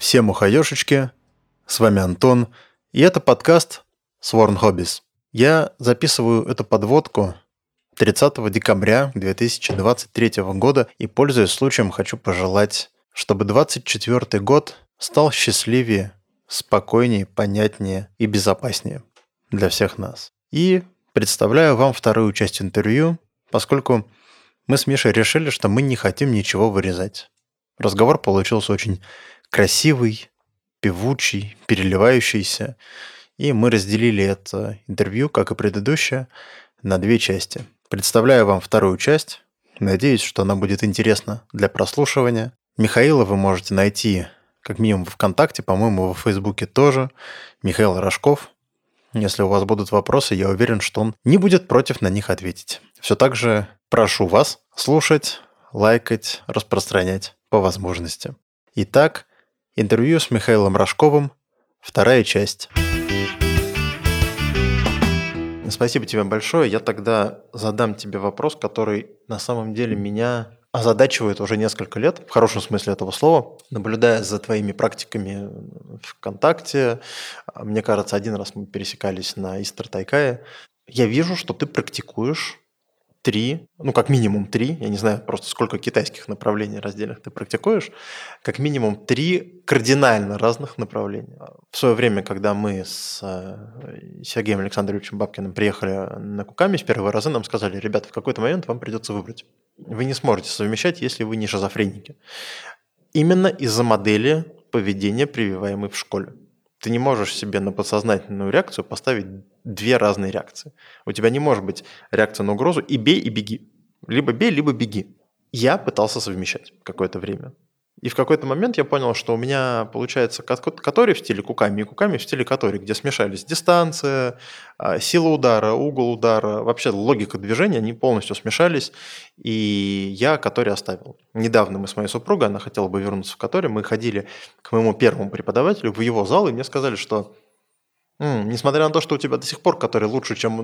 Всем ухаешечки, с вами Антон, и это подкаст Sworn Hobbies. Я записываю эту подводку 30 декабря 2023 года и, пользуясь случаем, хочу пожелать, чтобы 2024 год стал счастливее, спокойнее, понятнее и безопаснее для всех нас. И представляю вам вторую часть интервью, поскольку мы с Мишей решили, что мы не хотим ничего вырезать. Разговор получился очень красивый, певучий, переливающийся, и мы разделили это интервью, как и предыдущее, на две части. Представляю вам вторую часть. Надеюсь, что она будет интересна для прослушивания. Михаила вы можете найти как минимум в ВКонтакте, по-моему, во Фейсбуке тоже. Михаил Рожков. Если у вас будут вопросы, я уверен, что он не будет против на них ответить. Все так же прошу вас слушать, лайкать, распространять по возможности. Итак, интервью с Михаилом Рожковым, вторая часть. Спасибо тебе большое. Я тогда задам тебе вопрос, который на самом деле меня озадачивает уже несколько лет, в хорошем смысле этого слова, наблюдая за твоими практиками ВКонтакте. Мне кажется, один раз мы пересекались на Истер Тайкае. Я вижу, что ты практикуешь как минимум три, я не знаю просто сколько китайских направлений раздельных ты практикуешь, как минимум 3 кардинально разных направления. В свое время, когда мы с Сергеем Александровичем Бабкиным приехали на Кукамись первые разы, нам сказали: ребята, в какой-то момент вам придется выбрать. Вы не сможете совмещать, если вы не шизофреники. Именно из-за модели поведения, прививаемой в школе. Ты не можешь себе на подсознательную реакцию поставить 2 разные реакции. У тебя не может быть реакция на угрозу и бей, и беги. Либо бей, либо беги. Я пытался совмещать какое-то время. И в какой-то момент я понял, что у меня получается катори в стиле куками и куками в стиле катори, где смешались дистанция, сила удара, угол удара, вообще логика движения, они полностью смешались, и я катори оставил. Недавно мы с моей супругой, она хотела бы вернуться в катори, мы ходили к моему первому преподавателю в его зал, и мне сказали, что несмотря на то, что у тебя до сих пор катори лучше, чем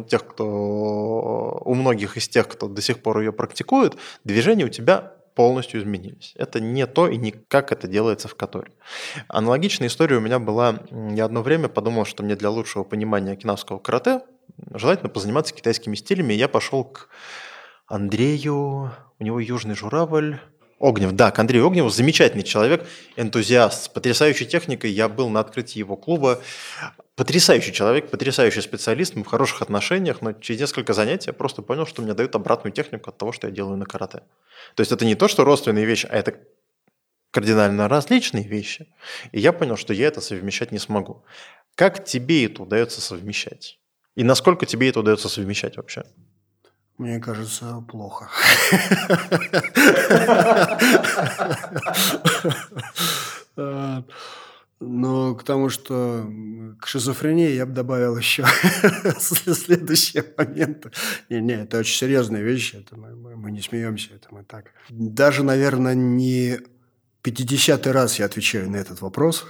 у многих из тех, кто до сих пор ее практикует, движения у тебя полностью изменились. Это не то и не как это делается в катори. Аналогичная история у меня была. Я одно время подумал, что мне для лучшего понимания окинавского карате желательно позаниматься китайскими стилями. И я пошел к Андрею, у него южный журавль. Огнев, да, к Андрею Огневу, замечательный человек, энтузиаст, с потрясающей техникой. Я был на открытии его клуба. Потрясающий человек, потрясающий специалист, мы в хороших отношениях, но через несколько занятий я просто понял, что мне дают обратную технику от того, что я делаю на карате. То есть это не то, что родственные вещи, а это кардинально различные вещи. И я понял, что я это совмещать не смогу. Как тебе это удается совмещать? И насколько тебе это удается совмещать вообще? Мне кажется, плохо. Но к тому, что к шизофрении я бы добавил еще следующие моменты. Не, это очень серьезные вещи, это мы не смеемся, это мы так. Даже, наверное, не 50-й раз я отвечаю на этот вопрос,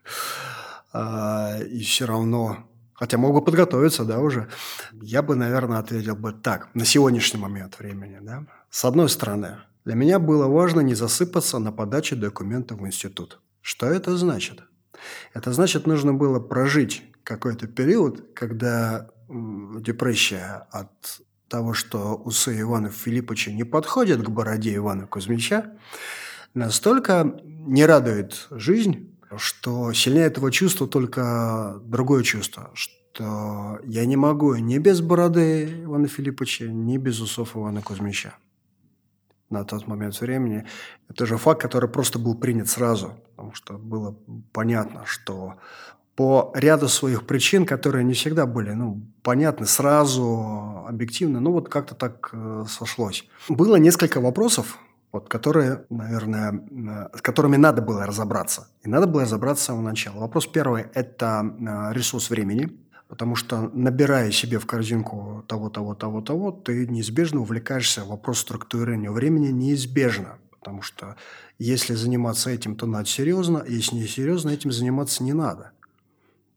и все равно, хотя мог бы подготовиться, да, уже, я бы, наверное, ответил бы так, на сегодняшний момент времени, да. С одной стороны, для меня было важно не засыпаться на подаче документов в институт. Что это значит? Это значит, нужно было прожить какой-то период, когда депрессия от того, что усы Ивана Филипповича не подходят к бороде Ивана Кузьмича, настолько не радует жизнь, что сильнее этого чувства только другое чувство, что я не могу ни без бороды Ивана Филипповича, ни без усов Ивана Кузьмича. На тот момент времени. Это же факт, который просто был принят сразу, потому что было понятно, что по ряду своих причин, которые не всегда были понятны сразу, объективно, как-то так сошлось. Было несколько вопросов, которые, наверное, с которыми надо было разобраться. И надо было разобраться с самого начала. Вопрос первый – это ресурс времени. Потому что, набирая себе в корзинку того, ты неизбежно увлекаешься в вопрос структурирования времени, неизбежно. Потому что если заниматься этим, то надо серьезно, а если не серьезно, этим заниматься не надо.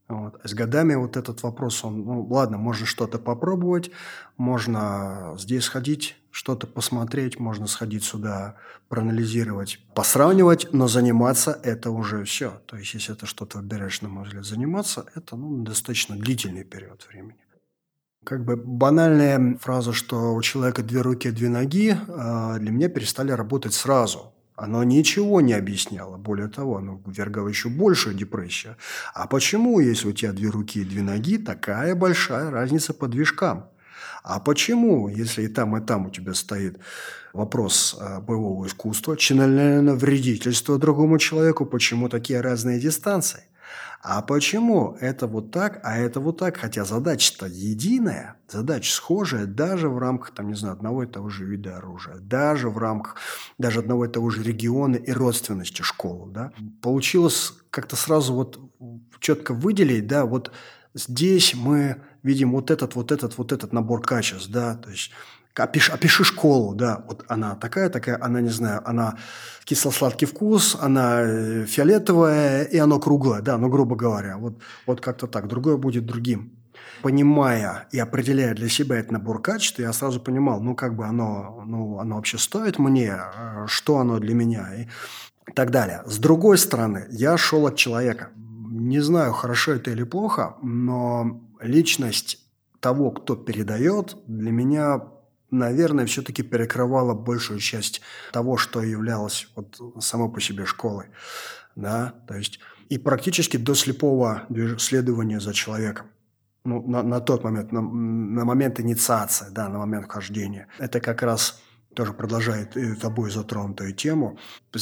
Вот. А с годами вот этот вопрос, он, ну, ладно, можно что-то попробовать, можно здесь сходить, что-то посмотреть, можно сходить сюда, проанализировать, посравнивать, но заниматься – это уже все. То есть, если это что-то выбираешь, на мой взгляд, заниматься – это достаточно длительный период времени. Как бы банальная фраза, что у человека 2 руки, 2 ноги, для меня перестали работать сразу. Оно ничего не объясняло. Более того, оно ввергало еще большую депрессию. А почему, если у тебя 2 руки и 2 ноги, такая большая разница по движкам? А почему, если и там у тебя стоит вопрос боевого искусства, членовредительства вредительства другому человеку, почему такие разные дистанции? А почему это вот так, а это вот так? Хотя задача-то единая, задача схожая даже в рамках, там, не знаю, одного и того же вида оружия, даже в рамках даже одного и того же региона и родственности школы, да. Получилось как-то сразу вот четко выделить, да, вот здесь мы видим вот этот набор качеств, да, то есть опиши школу, да, вот она такая, она, не знаю, она кисло-сладкий вкус, она фиолетовая и она круглая, да, ну, грубо говоря, вот как-то так, другое будет другим. Понимая и определяя для себя этот набор качеств, я сразу понимал, ну, как бы оно вообще стоит мне, что оно для меня и так далее. С другой стороны, я шел от человека. Не знаю, хорошо это или плохо, но личность того, кто передает, для меня, наверное, все-таки перекрывала большую часть того, что являлось вот само по себе школой. Да? То есть и практически до слепого следования за человеком. Ну, на тот момент, на момент инициации, да, на момент вхождения. Это как раз тоже продолжает тобой затронутую тему.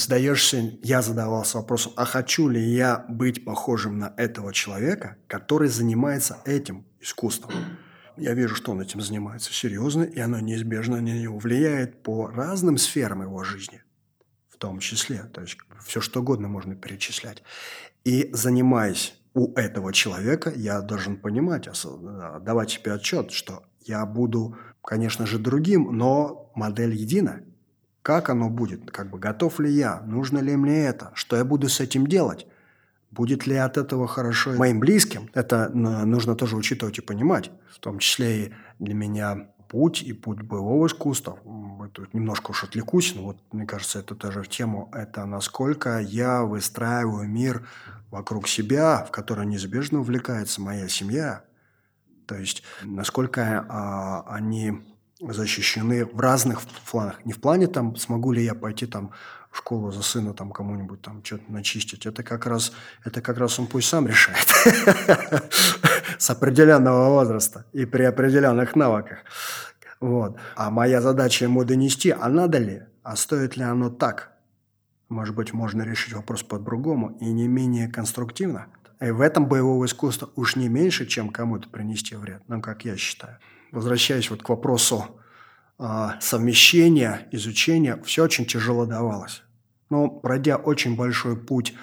Я задавался вопросом, а хочу ли я быть похожим на этого человека, который занимается этим искусством? Я вижу, что он этим занимается серьезно, и оно неизбежно на него влияет по разным сферам его жизни, в том числе. То есть все, что угодно можно перечислять. И занимаясь у этого человека, я должен понимать, давать себе отчет, что я буду, конечно же, другим, но модель едина. Как оно будет? Как бы готов ли я? Нужно ли мне это? Что я буду с этим делать? Будет ли от этого хорошо моим близким? Это нужно тоже учитывать и понимать. В том числе и для меня путь и путь боевого искусства. Тут немножко уж отвлекусь, но вот мне кажется, это тоже в тему. Это насколько я выстраиваю мир вокруг себя, в который неизбежно увлекается моя семья. То есть насколько они защищены в разных планах. Не в плане там, смогу ли я пойти там в школу за сына там кому-нибудь там что-то начистить. Это как раз он пусть сам решает с определенного возраста и при определенных навыках. Вот. А моя задача ему донести, а надо ли, а стоит ли оно так? Может быть, можно решить вопрос по-другому и не менее конструктивно. И в этом боевого искусства уж не меньше, чем кому-то принести вред, ну, как я считаю. Возвращаясь вот к вопросу совмещения, изучения, все очень тяжело давалось. Но пройдя очень большой путь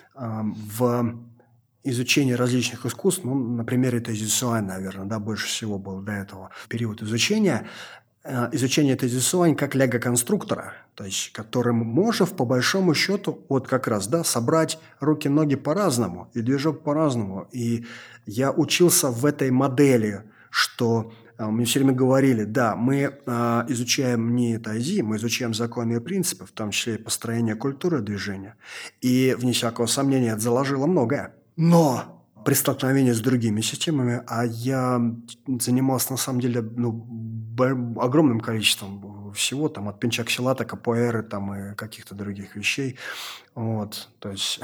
в изучении различных искусств, ну, на примере тайзи-цуань, наверное, да, больше всего был до этого период изучения тайзи-цуань как лего-конструктора, то есть которым можешь по большому счету вот как раз, да, собрать руки-ноги по-разному и движок по-разному. И я учился в этой модели, что мне все время говорили, да, мы изучаем не тайзи, мы изучаем законы и принципы, в том числе и построение культуры движения. И, вне всякого сомнения, это заложило многое. Но при столкновении с другими системами, а я занимался на самом деле огромным количеством всего, там от пенчаксилата, капоэры там, и каких-то других вещей. Вот, то есть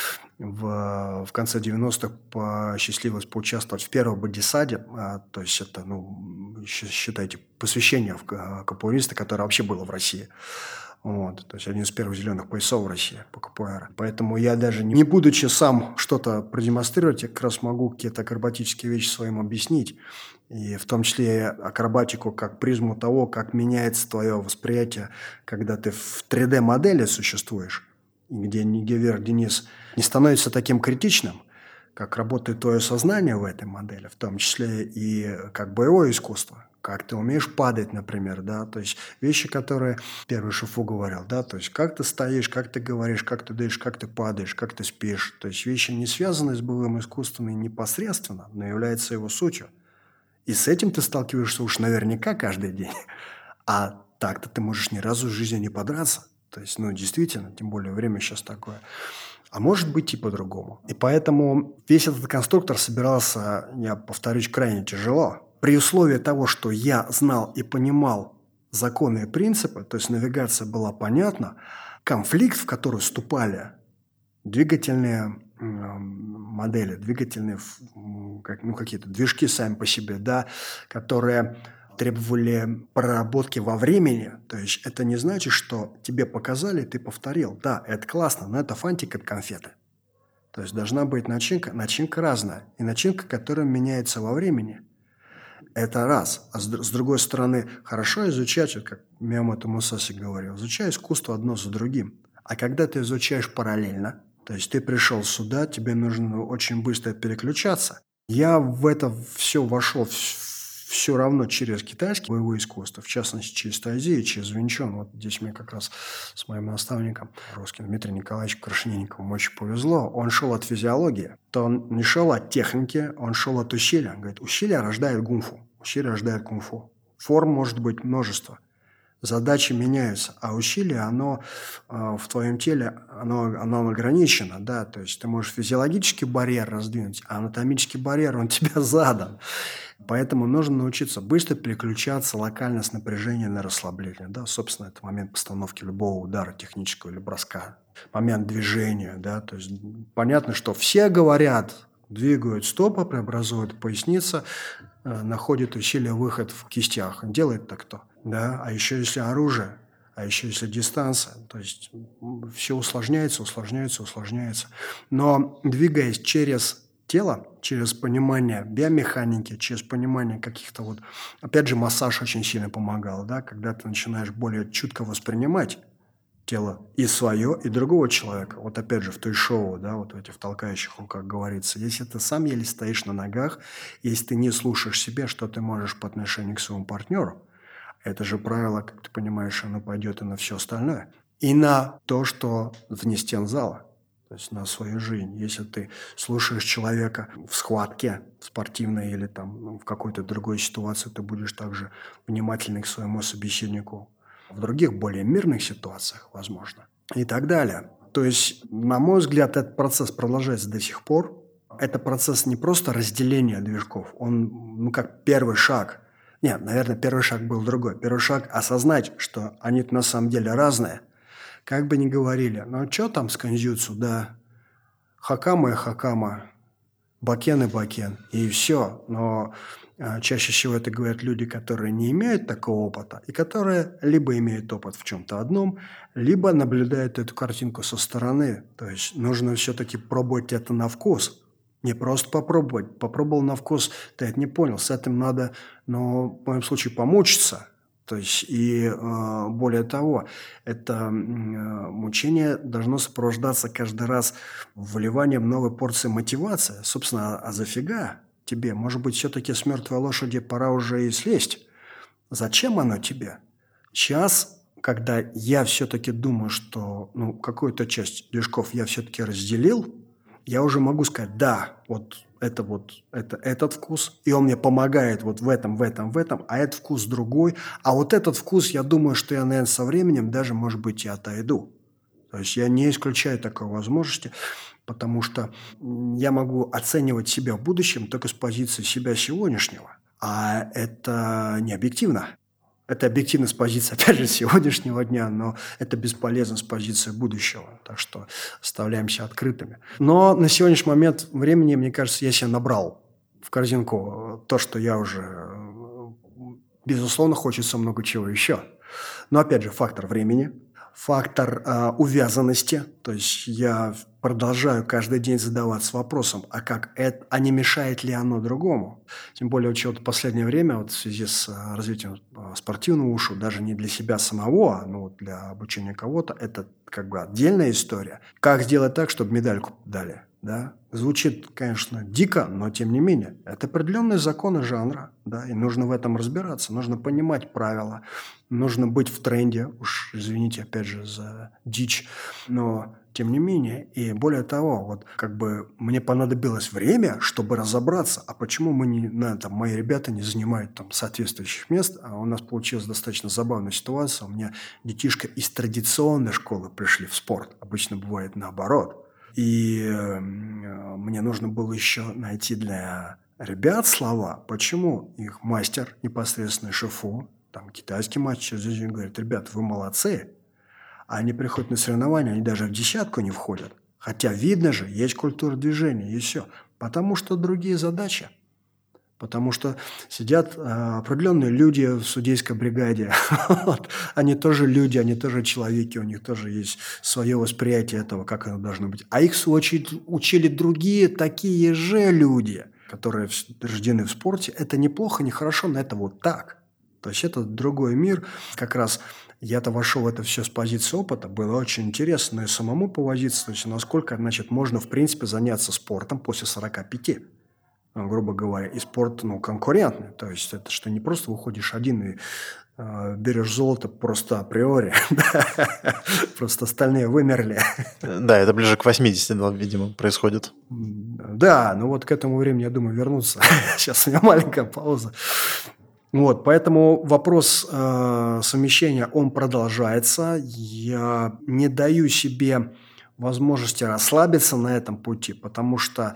в конце 90-х посчастливилось поучаствовать в первом бодисаде, то есть это, считайте, посвящение в капоэриста, которое вообще было в России. Вот, то есть один из первых зеленых поясов в России по КПР. Поэтому я даже не будучи сам что-то продемонстрировать, я как раз могу какие-то акробатические вещи своим объяснить. И в том числе акробатику как призму того, как меняется твое восприятие, когда ты в 3D-модели существуешь, где нигде вверх, где низ не становится таким критичным, как работает твое сознание в этой модели, в том числе и как боевое искусство, как ты умеешь падать, например, да, то есть вещи, которые первый Шифу говорил, да, то есть как ты стоишь, как ты говоришь, как ты дышишь, как ты падаешь, как ты спишь, то есть вещи, не связанные с боевым искусством и непосредственно, но являются его сутью. И с этим ты сталкиваешься уж наверняка каждый день, а так-то ты можешь ни разу в жизни не подраться. То есть, ну, действительно, тем более время сейчас такое. А может быть и по-другому. И поэтому весь этот конструктор собирался, я повторюсь, крайне тяжело. При условии того, что я знал и понимал законы и принципы, то есть навигация была понятна, конфликт, в который вступали двигательные модели, двигательные какие-то движки сами по себе, да, которые требовали проработки во времени. То есть это не значит, что тебе показали, ты повторил. Да, это классно, но это фантик от конфеты. То есть должна быть начинка разная. И начинка, которая меняется во времени. Это раз. А с другой стороны, хорошо изучать, вот как Миямото Мусаси говорил, изучай искусство одно за другим. А когда ты изучаешь параллельно, то есть ты пришел сюда, тебе нужно очень быстро переключаться. Я в это все вошел все равно через китайское боевое искусство, в частности, через тайзи и через винчон. Вот здесь мне как раз с моим наставником, русским Дмитрием Николаевичем Крашенинниковым, очень повезло. Он шел от физиологии. То он не шел от техники, он шел от усилия. Он говорит, усилие рождает гунфу, усилие рождает кунг-фу. Форм может быть множество. Задачи меняются, а усилие, оно в твоем теле, оно ограничено, да, то есть ты можешь физиологический барьер раздвинуть, а анатомический барьер, он тебе задан. Поэтому нужно научиться быстро переключаться локально с напряжения на расслабление, да, собственно, это момент постановки любого удара технического или броска, момент движения, да, то есть понятно, что все говорят, двигают стопы, преобразуют поясница, находит усилие выход в кистях. Делает так кто? Да? А еще если оружие, а еще если дистанция. То есть все усложняется. Но двигаясь через тело, через понимание биомеханики, через понимание каких-то вот... Опять же, массаж очень сильно помогал, да? Когда ты начинаешь более чутко воспринимать тело и свое, и другого человека. Вот опять же в той шоу, да, вот в этих толкающих руках говорится, если ты сам еле стоишь на ногах, если ты не слушаешь себя, что ты можешь по отношению к своему партнеру, это же правило, как ты понимаешь, оно пойдет и на все остальное. И на то, что вне стен зала, то есть на свою жизнь. Если ты слушаешь человека в схватке спортивной или там в какой-то другой ситуации, ты будешь также внимательный к своему собеседнику в других, более мирных ситуациях, возможно, и так далее. То есть, на мой взгляд, этот процесс продолжается до сих пор. Это процесс не просто разделения движков, он, как первый шаг. Нет, наверное, первый шаг был другой. Первый шаг – осознать, что они на самом деле разные. Как бы ни говорили, ну, что там с канзюцу, да, хакама и хакама, бакен и бакен, и все. Но чаще всего это говорят люди, которые не имеют такого опыта, и которые либо имеют опыт в чем-то одном, либо наблюдают эту картинку со стороны. То есть нужно все-таки пробовать это на вкус. Не просто попробовать. Попробовал на вкус, ты это не понял. С этим надо, в моем случае, помучиться. То есть, и более того, это мучение должно сопровождаться каждый раз вливанием новой порции мотивации. Собственно, а зафига тебе? Может быть, все-таки с мертвой лошади пора уже и слезть? Зачем оно тебе? Сейчас, когда я все-таки думаю, что какую-то часть движков я все-таки разделил, я уже могу сказать, да, вот это этот вкус, и он мне помогает вот в этом, а этот вкус другой, а вот этот вкус, я думаю, что я, наверное, со временем даже, может быть, и отойду. То есть я не исключаю такой возможности, потому что я могу оценивать себя в будущем только с позиции себя сегодняшнего, а это не объективно. Это объективно с позиции, опять же, сегодняшнего дня, но это бесполезно с позиции будущего. Так что оставляемся открытыми. Но на сегодняшний момент времени, мне кажется, я себе набрал в корзинку то, что я уже... Безусловно, хочется много чего еще. Но, опять же, фактор времени, фактор увязанности. То есть я продолжаю каждый день задаваться вопросом, а не мешает ли оно другому? Тем более, в последнее время, в связи с развитием спортивного ушу, даже не для себя самого, а для обучения кого-то, это как бы отдельная история. Как сделать так, чтобы медальку дали? Да? Звучит, конечно, дико, но тем не менее. Это определенные законы жанра, да, и нужно в этом разбираться, нужно понимать правила, нужно быть в тренде, уж извините, опять же, за дичь, но тем не менее, и более того, вот как бы мне понадобилось время, чтобы разобраться, а почему мы не, там, мои ребята не занимают там соответствующих мест, а у нас получилась достаточно забавная ситуация, у меня детишки из традиционной школы пришли в спорт, обычно бывает наоборот. И мне нужно было еще найти для ребят слова, почему их мастер, непосредственно шефу, там китайский мастер, здесь говорит: ребят, вы молодцы, а они приходят на соревнования, они даже в десятку не входят. Хотя видно же, есть культура движения и все. Потому что другие задачи. Потому что сидят определенные люди в судейской бригаде. Они тоже люди, они тоже человеки, у них тоже есть свое восприятие этого, как оно должно быть. А их, в свою очередь, учили другие такие же люди, которые рождены в спорте. Это неплохо, не хорошо, но это вот так. То есть это другой мир. Как раз я-то вошел в это все с позиции опыта. Было очень интересно и самому повозиться, то есть насколько, значит, можно, в принципе, заняться спортом после 45. Грубо говоря, и спорт, конкурентный. То есть это что не просто выходишь один и берешь золото просто априори. Просто остальные вымерли. Да, это ближе к 80, видимо, происходит. Да, но вот к этому времени, я думаю, вернуться. Сейчас у меня маленькая пауза. Вот, поэтому вопрос совмещения, он продолжается. Я не даю себе возможности расслабиться на этом пути, потому что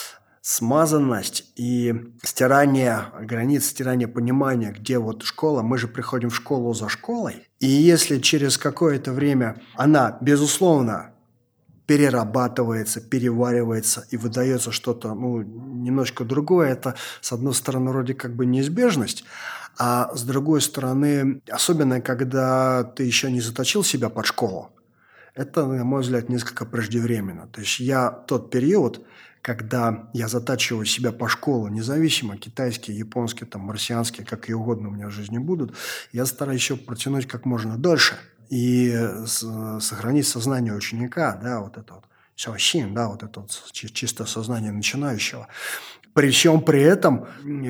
смазанность и стирание границ, стирание понимания, где вот школа, мы же приходим в школу за школой, и если через какое-то время она, безусловно, перерабатывается, переваривается и выдается что-то, немножко другое, это, с одной стороны, вроде как бы неизбежность, а с другой стороны, особенно когда ты еще не заточил себя под школу, это, на мой взгляд, несколько преждевременно. То есть я тот период, когда я затачиваю себя по школе, независимо, китайские, японские, там, марсианские, как и угодно у меня в жизни будут, я стараюсь еще протянуть как можно дольше и сохранить сознание ученика, да, вот это вот сяосин, да, вот это вот чисто сознание начинающего. Причем при этом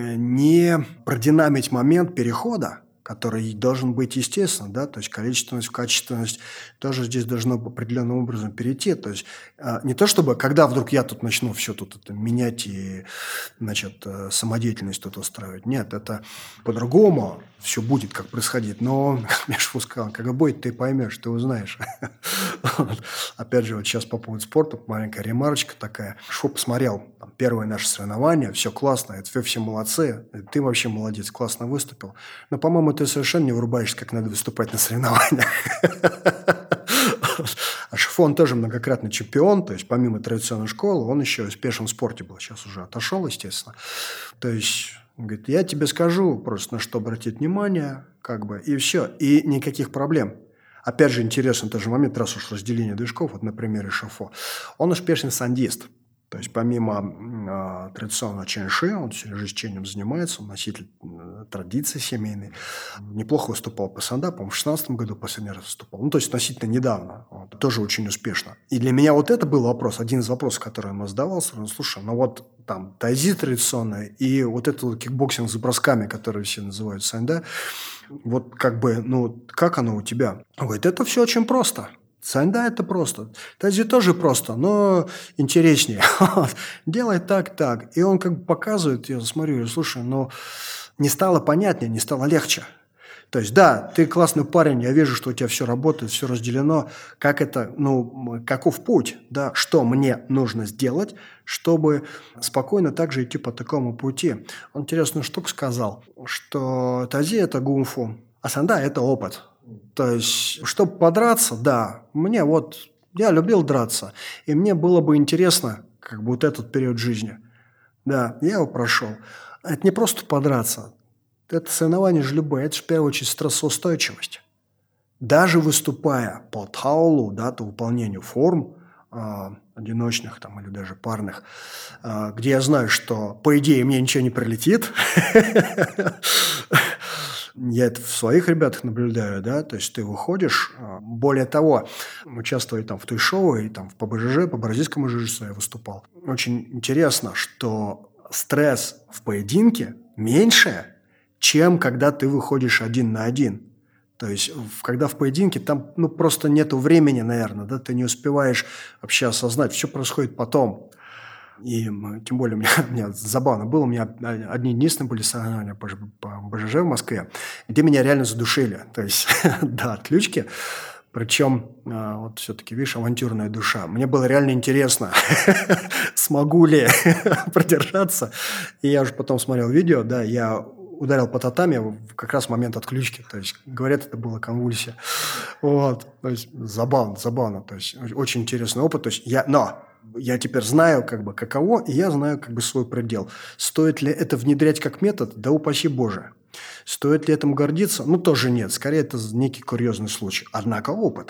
не продинамить момент перехода, который должен быть естественно, да, то есть количественность в качественность тоже здесь должно определенным образом перейти. То есть не то чтобы, когда вдруг я тут начну все тут это менять и, значит, самодеятельность тут устраивать. Нет, это по-другому все будет, как происходить. Но, как мне Шфу сказал, когда будет, ты поймешь, ты узнаешь. Опять же, вот сейчас по поводу спорта, маленькая ремарочка такая. Шфу посмотрел первое наше соревнование, все классно, это все молодцы, ты вообще молодец, классно выступил. Но, по-моему, ты совершенно не врубаешься, как надо выступать на соревнованиях. А Шифу, он тоже многократный чемпион, то есть помимо традиционной школы, он еще успешен в спорте был, сейчас уже отошел, естественно. То есть, он говорит, я тебе скажу просто, на что обратить внимание, как бы, и все, и никаких проблем. Опять же, интересный тоже момент, раз уж разделение движков, вот на примере Шифу. Он успешный сандист. То есть помимо традиционного чэньши, он всю жизнь чэнем занимается, он носитель традиций семейной. Неплохо выступал по санда, по-моему, в 2016 году последний раз выступал. То есть относительно недавно. Вот, тоже очень успешно. И для меня вот это был вопрос, один из вопросов, который он задавался. Слушай, вот там тайзи традиционная и вот этот вот кикбоксинг с бросками, которые все называют санда, вот как бы, как оно у тебя? Он говорит, это все очень просто. Санда – это просто. Тайзи тоже просто, но интереснее. Делай так. И он как бы показывает, я смотрю, слушай, не стало понятнее, не стало легче. То есть, да, ты классный парень, я вижу, что у тебя все работает, все разделено. Как это, каков путь, да, что мне нужно сделать, чтобы спокойно также идти по такому пути. Он интересную штуку сказал, что тайзи – это гунфу, а санда – это опыт. То есть, чтобы подраться, да, я любил драться, и мне было бы интересно, как бы вот этот период жизни. Да, я его прошел. Это не просто подраться, это соревнование же любое, это же в первую очередь стрессоустойчивость. Даже выступая по таулу, да, по выполнению форм, одиночных там, или даже парных, где я знаю, что, по идее, мне ничего не прилетит, Я это в своих ребятах наблюдаю, да, то есть ты выходишь, более того, участвуя там в той-шоу и там в ПБЖЖ, по бразильскому jiu-jitsu я выступал. Очень интересно, что стресс в поединке меньше, чем когда ты выходишь один на один. То есть, когда в поединке, там просто нету времени, наверное, да, ты не успеваешь вообще осознать, все происходит потом. И тем более у меня забавно было, у меня одни единственные были соревнования по БЖЖ в Москве, где меня реально задушили. То есть до отключки. Причем, вот все-таки, видишь, авантюрная душа. Мне было реально интересно, смогу ли продержаться. И я уже потом смотрел видео, да, я ударил по татами как раз в момент отключки. То есть, говорят, это была конвульсия. Вот. То есть, забавно. То есть, очень интересный опыт. То есть, но я теперь знаю, каково, и я знаю, свой предел. Стоит ли это внедрять как метод? Да упаси Боже. Стоит ли этому гордиться? Тоже нет. Скорее, это некий курьезный случай. Однако опыт,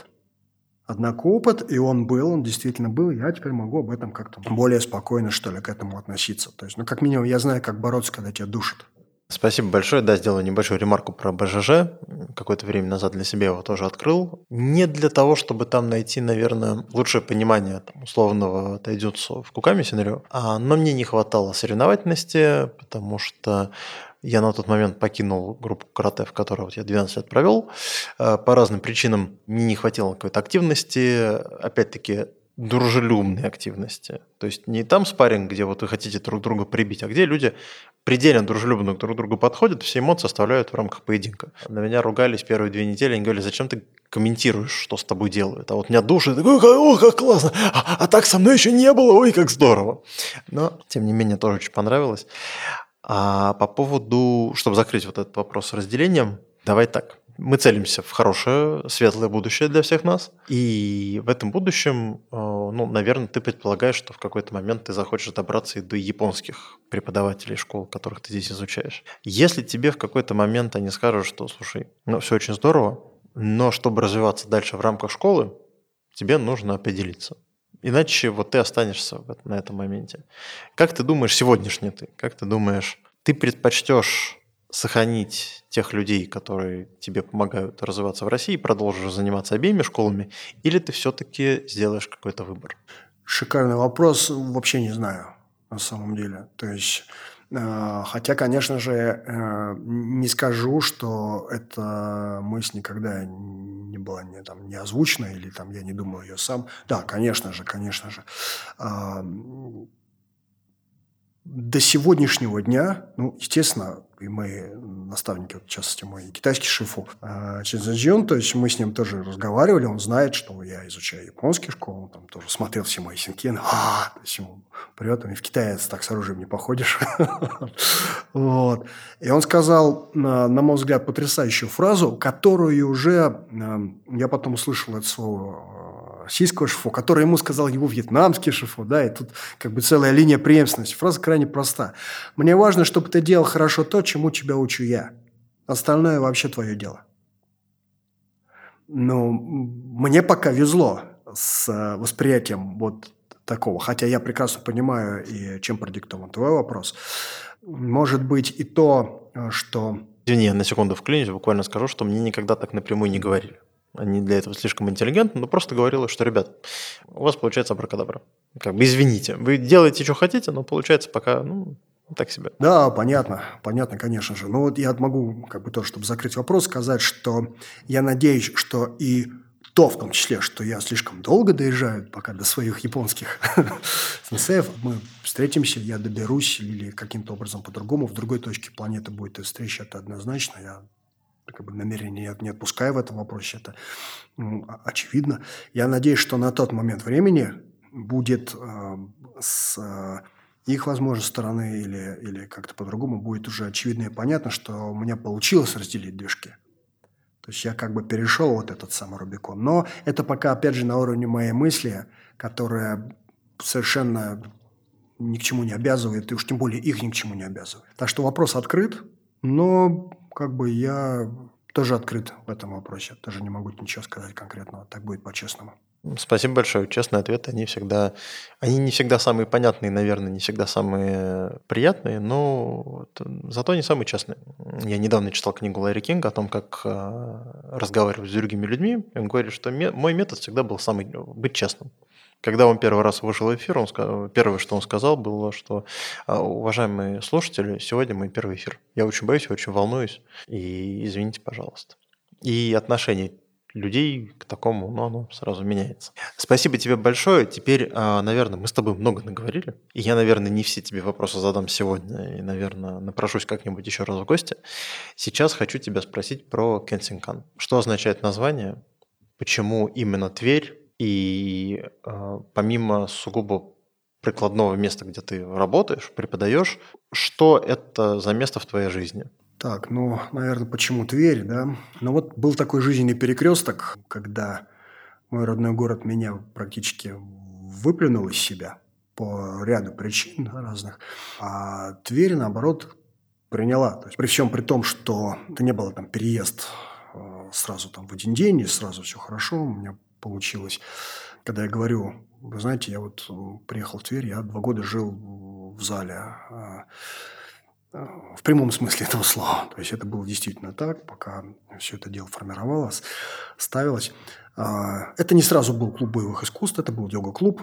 и он действительно был. Я теперь могу об этом как-то более спокойно, что ли, к этому относиться. То есть, как минимум, я знаю, как бороться, когда тебя душат. Спасибо большое. Да, сделаю небольшую ремарку про БЖЖ. Какое-то время назад для себя его тоже открыл. Не для того, чтобы там найти, наверное, лучшее понимание условного тайдзюцу в Куками сценарию, но мне не хватало соревновательности, потому что я на тот момент покинул группу карате, в которой я 12 лет провел. По разным причинам мне не хватило какой-то активности. Опять-таки, дружелюбной активности. То есть не там спарринг, где вы хотите друг друга прибить, а где люди предельно дружелюбно друг к другу подходят, все эмоции оставляют в рамках поединка. На меня ругались первые 2 недели, они говорили, зачем ты комментируешь, что с тобой делают? А вот меня душит, такой, как классно, а так со мной еще не было, ой, как здорово. Но, тем не менее, тоже очень понравилось. А по поводу, чтобы закрыть вот этот вопрос с разделением, давай так. Мы целимся в хорошее, светлое будущее для всех нас. И в этом будущем, наверное, ты предполагаешь, что в какой-то момент ты захочешь добраться и до японских преподавателей школ, которых ты здесь изучаешь. Если тебе в какой-то момент они скажут, что, слушай, все очень здорово, но чтобы развиваться дальше в рамках школы, тебе нужно определиться. Иначе ты останешься на этом моменте. Как ты думаешь, сегодняшний ты, ты предпочтешь сохранить тех людей, которые тебе помогают развиваться в России, продолжишь заниматься обеими школами, или ты все-таки сделаешь какой-то выбор? Шикарный вопрос. Вообще не знаю, на самом деле. То есть, хотя, конечно же, не скажу, что эта мысль никогда не была не озвучена, или я не думал ее сам. Да, конечно же. До сегодняшнего дня, естественно, и мои наставники, в частности, мой китайский шифу Чинзэджион, то есть мы с ним тоже разговаривали, он знает, что я изучаю японские школы, он там тоже смотрел все мои синкены, то есть ему привет, и в Китае так с оружием не походишь. Вот. И он сказал, на мой взгляд, потрясающую фразу, которую уже я потом услышал от своего российского шифу, который ему сказал его вьетнамский шифу, да, и тут целая линия преемственности. Фраза крайне проста. Мне важно, чтобы ты делал хорошо то, чему тебя учу я. Остальное вообще твое дело. Мне пока везло с восприятием такого, хотя я прекрасно понимаю, и чем продиктован твой вопрос. Может быть и то, что... Извини, я на секунду вклинюсь, буквально скажу, что мне никогда так напрямую не говорили. Они для этого слишком интеллигентны, но просто говорила, что, ребят, у вас получается абракадабра. Извините, вы делаете, что хотите, но получается пока, так себе. Да, понятно, конечно же. Я могу, тоже, чтобы закрыть вопрос, сказать, что я надеюсь, что и то, в том числе, что я слишком долго доезжаю пока до своих японских сенсеев, мы встретимся, я доберусь или каким-то образом по-другому, в другой точке планеты будет встреча, это однозначно, я намерение не отпускаю в этом вопросе, это очевидно. Я надеюсь, что на тот момент времени будет с их, возможно, стороны или как-то по-другому будет уже очевидно и понятно, что у меня получилось разделить движки. То есть я перешел этот самый Рубикон. Но это пока, опять же, на уровне моей мысли, которая совершенно ни к чему не обязывает, и уж тем более их ни к чему не обязывает. Так что вопрос открыт, но я тоже открыт в этом вопросе. Тоже не могу ничего сказать конкретного. Так будет по-честному. Спасибо большое. Честные ответы, они не всегда самые понятные, наверное, не всегда самые приятные, но зато они самые честные. Я недавно читал книгу Ларри Кинга о том, как разговаривать с другими людьми. И он говорит, что мой метод всегда был быть честным. Когда он первый раз вышел в эфир, первое, что он сказал, было, что уважаемые слушатели, сегодня мой первый эфир. Я очень боюсь, очень волнуюсь, и извините, пожалуйста. И отношение людей к такому, оно сразу меняется. Спасибо тебе большое. Теперь, наверное, мы с тобой много наговорили. И я, наверное, не все тебе вопросы задам сегодня. И, наверное, напрошусь как-нибудь еще раз в гости. Сейчас хочу тебя спросить про Кенсингтон. Что означает название? Почему именно Тверь? И помимо сугубо прикладного места, где ты работаешь, преподаешь, что это за место в твоей жизни? Так, наверное, почему Тверь, да? Вот был такой жизненный перекресток, когда мой родной город меня практически выплюнул из себя по ряду причин разных, а Тверь, наоборот, приняла. То есть при всем при том, что это не было там переезд сразу там в один день, и сразу все хорошо, у меня получилось. Когда я говорю, вы знаете, я приехал в Тверь, я 2 года жил в зале, в прямом смысле этого слова. То есть это было действительно так, пока все это дело формировалось, ставилось. Это не сразу был клуб боевых искусств, это был йога-клуб,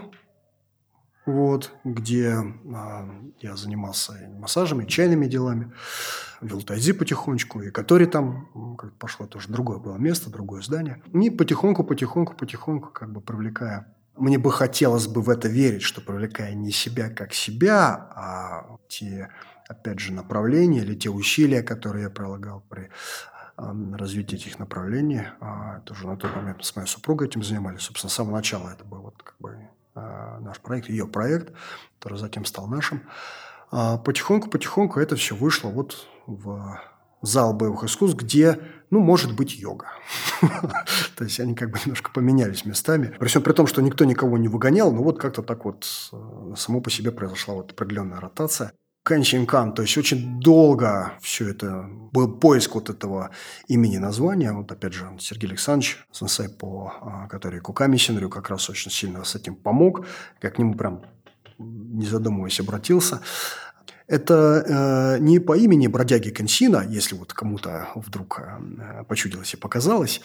где я занимался и массажами, и чайными делами, вел тайцзи потихонечку, и который там как пошло тоже другое было место, другое здание. И потихоньку, как бы привлекая. Мне бы хотелось бы в это верить, что привлекая не себя как себя, а те, опять же, направления или те усилия, которые я прилагал при развитии этих направлений. Тоже на тот момент с моей супругой этим занимались. Собственно, с самого начала это был наш проект, ее проект, который затем стал нашим. Потихоньку это все вышло в зал боевых искусств, где, может быть, йога. То есть они как бы немножко поменялись местами. При всем при том, что никто никого не выгонял, но как-то так само по себе произошла определенная ротация. Кэнсингтон, то есть очень долго все это, был поиск этого имени названия. Опять же, Сергей Александрович, сенсей, который Куками Синрю, как раз очень сильно с этим помог. Я к нему прям, не задумываясь, обратился. Это не по имени бродяги Кэнсина, если кому-то вдруг почудилось и показалось.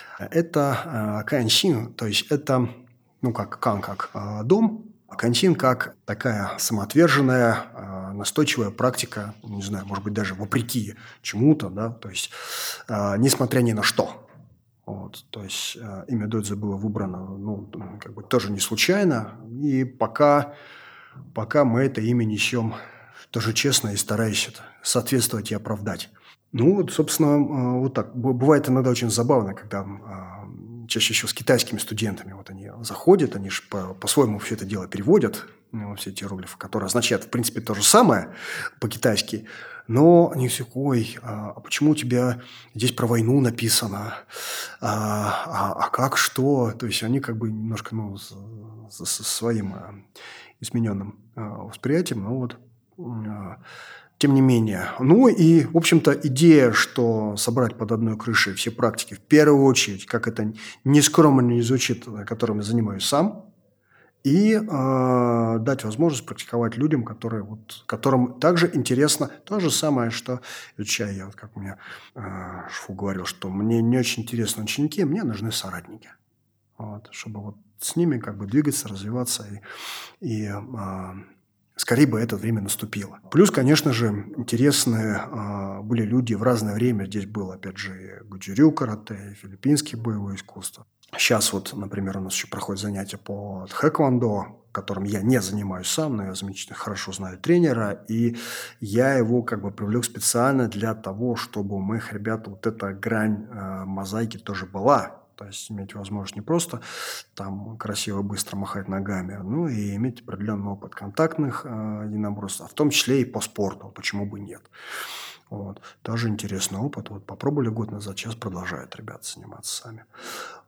Это Кэнсин, то есть это, как дом, а Кэнсин как такая самоотверженная, настойчивая практика, не знаю, может быть, даже вопреки чему-то, да, то есть несмотря ни на что. То есть имя Додзе было выбрано, тоже не случайно, и пока мы это имя несем тоже честно и стараясь соответствовать и оправдать. Собственно, так. Бывает иногда очень забавно, когда чаще всего с китайскими студентами они заходят, они же по-своему все это дело переводят, все эти иероглифы, которые означают, в принципе, то же самое по-китайски, но они все, а почему у тебя здесь про войну написано? Как, что? То есть они как бы немножко со своим измененным восприятием, тем не менее. И, в общем-то, идея, что собрать под одной крышей все практики, в первую очередь, как это нескромно не звучит, которым я занимаюсь сам, и дать возможность практиковать людям, которым также интересно то же самое, что изучаю я. Как мне Шфу говорил, что мне не очень интересны ученики, мне нужны соратники. Чтобы с ними как бы двигаться, развиваться и скорее бы это время наступило. Плюс, конечно же, интересные были люди в разное время. Здесь был, опять же, и гуджурю карате, и филиппинские боевые искусства. Сейчас например, у нас еще проходят занятия по тхэквондо, которым я не занимаюсь сам, но я замечательно хорошо знаю тренера, и я его как бы привлек специально для того, чтобы у моих ребят эта грань мозаики тоже была. То есть иметь возможность не просто там красиво быстро махать ногами, но и иметь определенный опыт контактных единоборств, в том числе и по спорту, почему бы нет. Тоже интересный опыт. Попробовали год назад, сейчас продолжают ребята заниматься сами.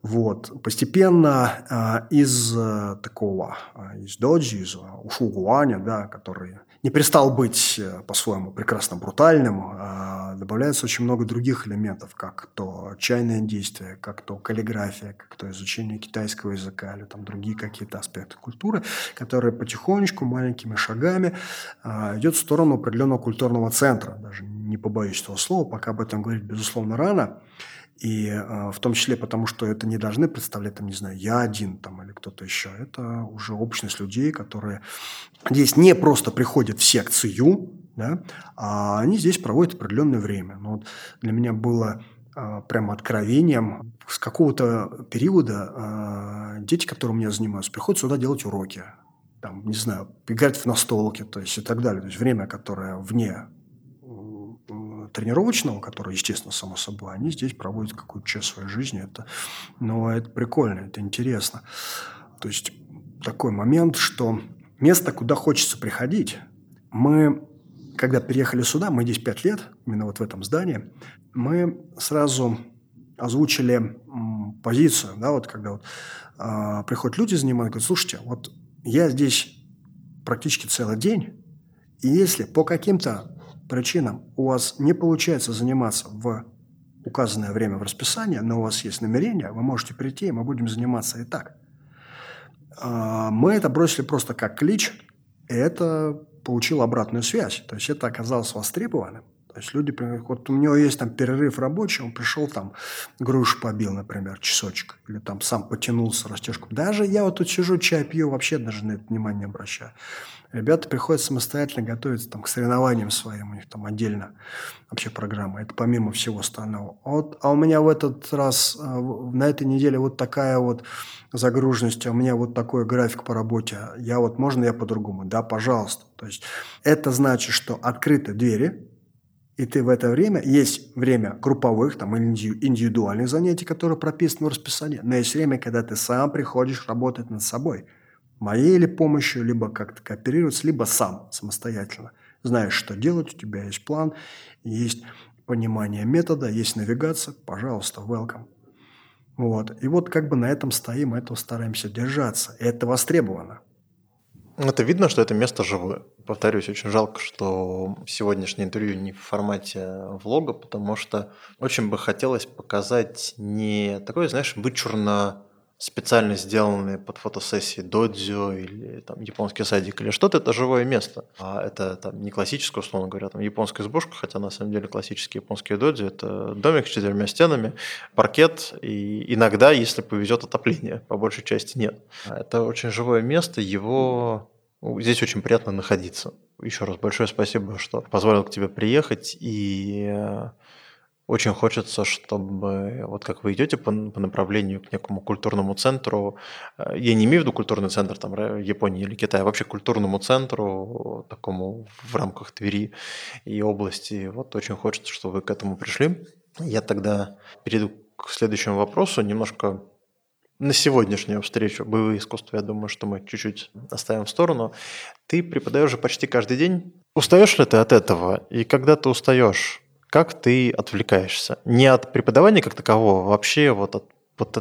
Вот. Постепенно из такого, из доджи, из ушугуаня, да, который не перестал быть по-своему прекрасно брутальным, добавляется очень много других элементов, как то чайное действие, как то каллиграфия, как то изучение китайского языка или там другие какие-то аспекты культуры, которые потихонечку, маленькими шагами идет в сторону определенного культурного центра. Даже не побоюсь этого слова, пока об этом говорить, безусловно, рано. И в том числе потому, что это не должны представлять, там, не знаю, я один там, или кто-то еще. Это уже общность людей, которые здесь не просто приходят в секцию, да, а они здесь проводят определенное время. Но вот для меня было прямо откровением. С какого-то периода дети, которым я занимаюсь, приходят сюда делать уроки. Там, не знаю, играть в настолки, то есть и так далее. То есть время, которое вне тренировочного, которое, естественно, само собой, они здесь проводят какую-то часть своей жизни. Но это прикольно, это интересно. То есть такой момент, что место, куда хочется приходить. Мы, когда переехали сюда, мы здесь 5 лет, именно вот в этом здании, мы сразу озвучили позицию, да, вот когда вот, приходят люди заниматься, говорят, слушайте, вот я здесь практически целый день, и если по каким-то причинам у вас не получается заниматься в указанное время в расписании, но у вас есть намерение, вы можете прийти, и мы будем заниматься и так. Мы это бросили просто как клич, и это получило обратную связь. То есть это оказалось востребованным. То есть люди, вот у него есть там перерыв рабочий, он пришел там, грушу побил, например, часочек, или там сам потянулся, растяжку. Даже я вот тут сижу, чай пью, вообще даже на это внимание не обращаю. Ребята приходят самостоятельно готовиться там, к соревнованиям своим, у них там отдельно вообще программа. Это помимо всего остального. А у меня в этот раз, на этой неделе вот такая вот загруженность, а у меня вот такой график по работе. Можно я по-другому? Да, пожалуйста. То есть это значит, что открыты двери, и ты в это время, есть время групповых там, или индивидуальных занятий, которые прописаны в расписании, но есть время, когда ты сам приходишь работать над собой. Моей или помощью, либо как-то кооперироваться, либо сам, самостоятельно. Знаешь, что делать, у тебя есть план, есть понимание метода, есть навигация, пожалуйста, welcome. Вот. И вот как бы на этом стоим, этого стараемся держаться. И это востребовано. Это видно, что это место живое. Повторюсь, очень жалко, что сегодняшнее интервью не в формате влога, потому что очень бы хотелось показать не такое, знаешь, вычурно специально сделанные под фотосессии додзё или там японский садик или что-то, это живое место. А это там не классическое, условно говоря, там японская избушка, хотя на самом деле классические японские додзё – это домик с 4 стенами, паркет и иногда, если повезет, отопление, по большей части нет. Это очень живое место, здесь очень приятно находиться. Еще раз большое спасибо, что позволил к тебе приехать, и очень хочется, чтобы вот как вы идете по направлению к некому культурному центру, я не имею в виду культурный центр там, Японии или Китая, а вообще культурному центру, такому в рамках Твери и области, вот очень хочется, чтобы вы к этому пришли. Я тогда перейду к следующему вопросу, немножко на сегодняшнюю встречу боевые искусства, я думаю, что мы чуть-чуть оставим в сторону. Ты преподаешь же почти каждый день. Устаешь ли ты от этого? И когда ты устаешь, как ты отвлекаешься? Не от преподавания как такового, а вообще вот от вот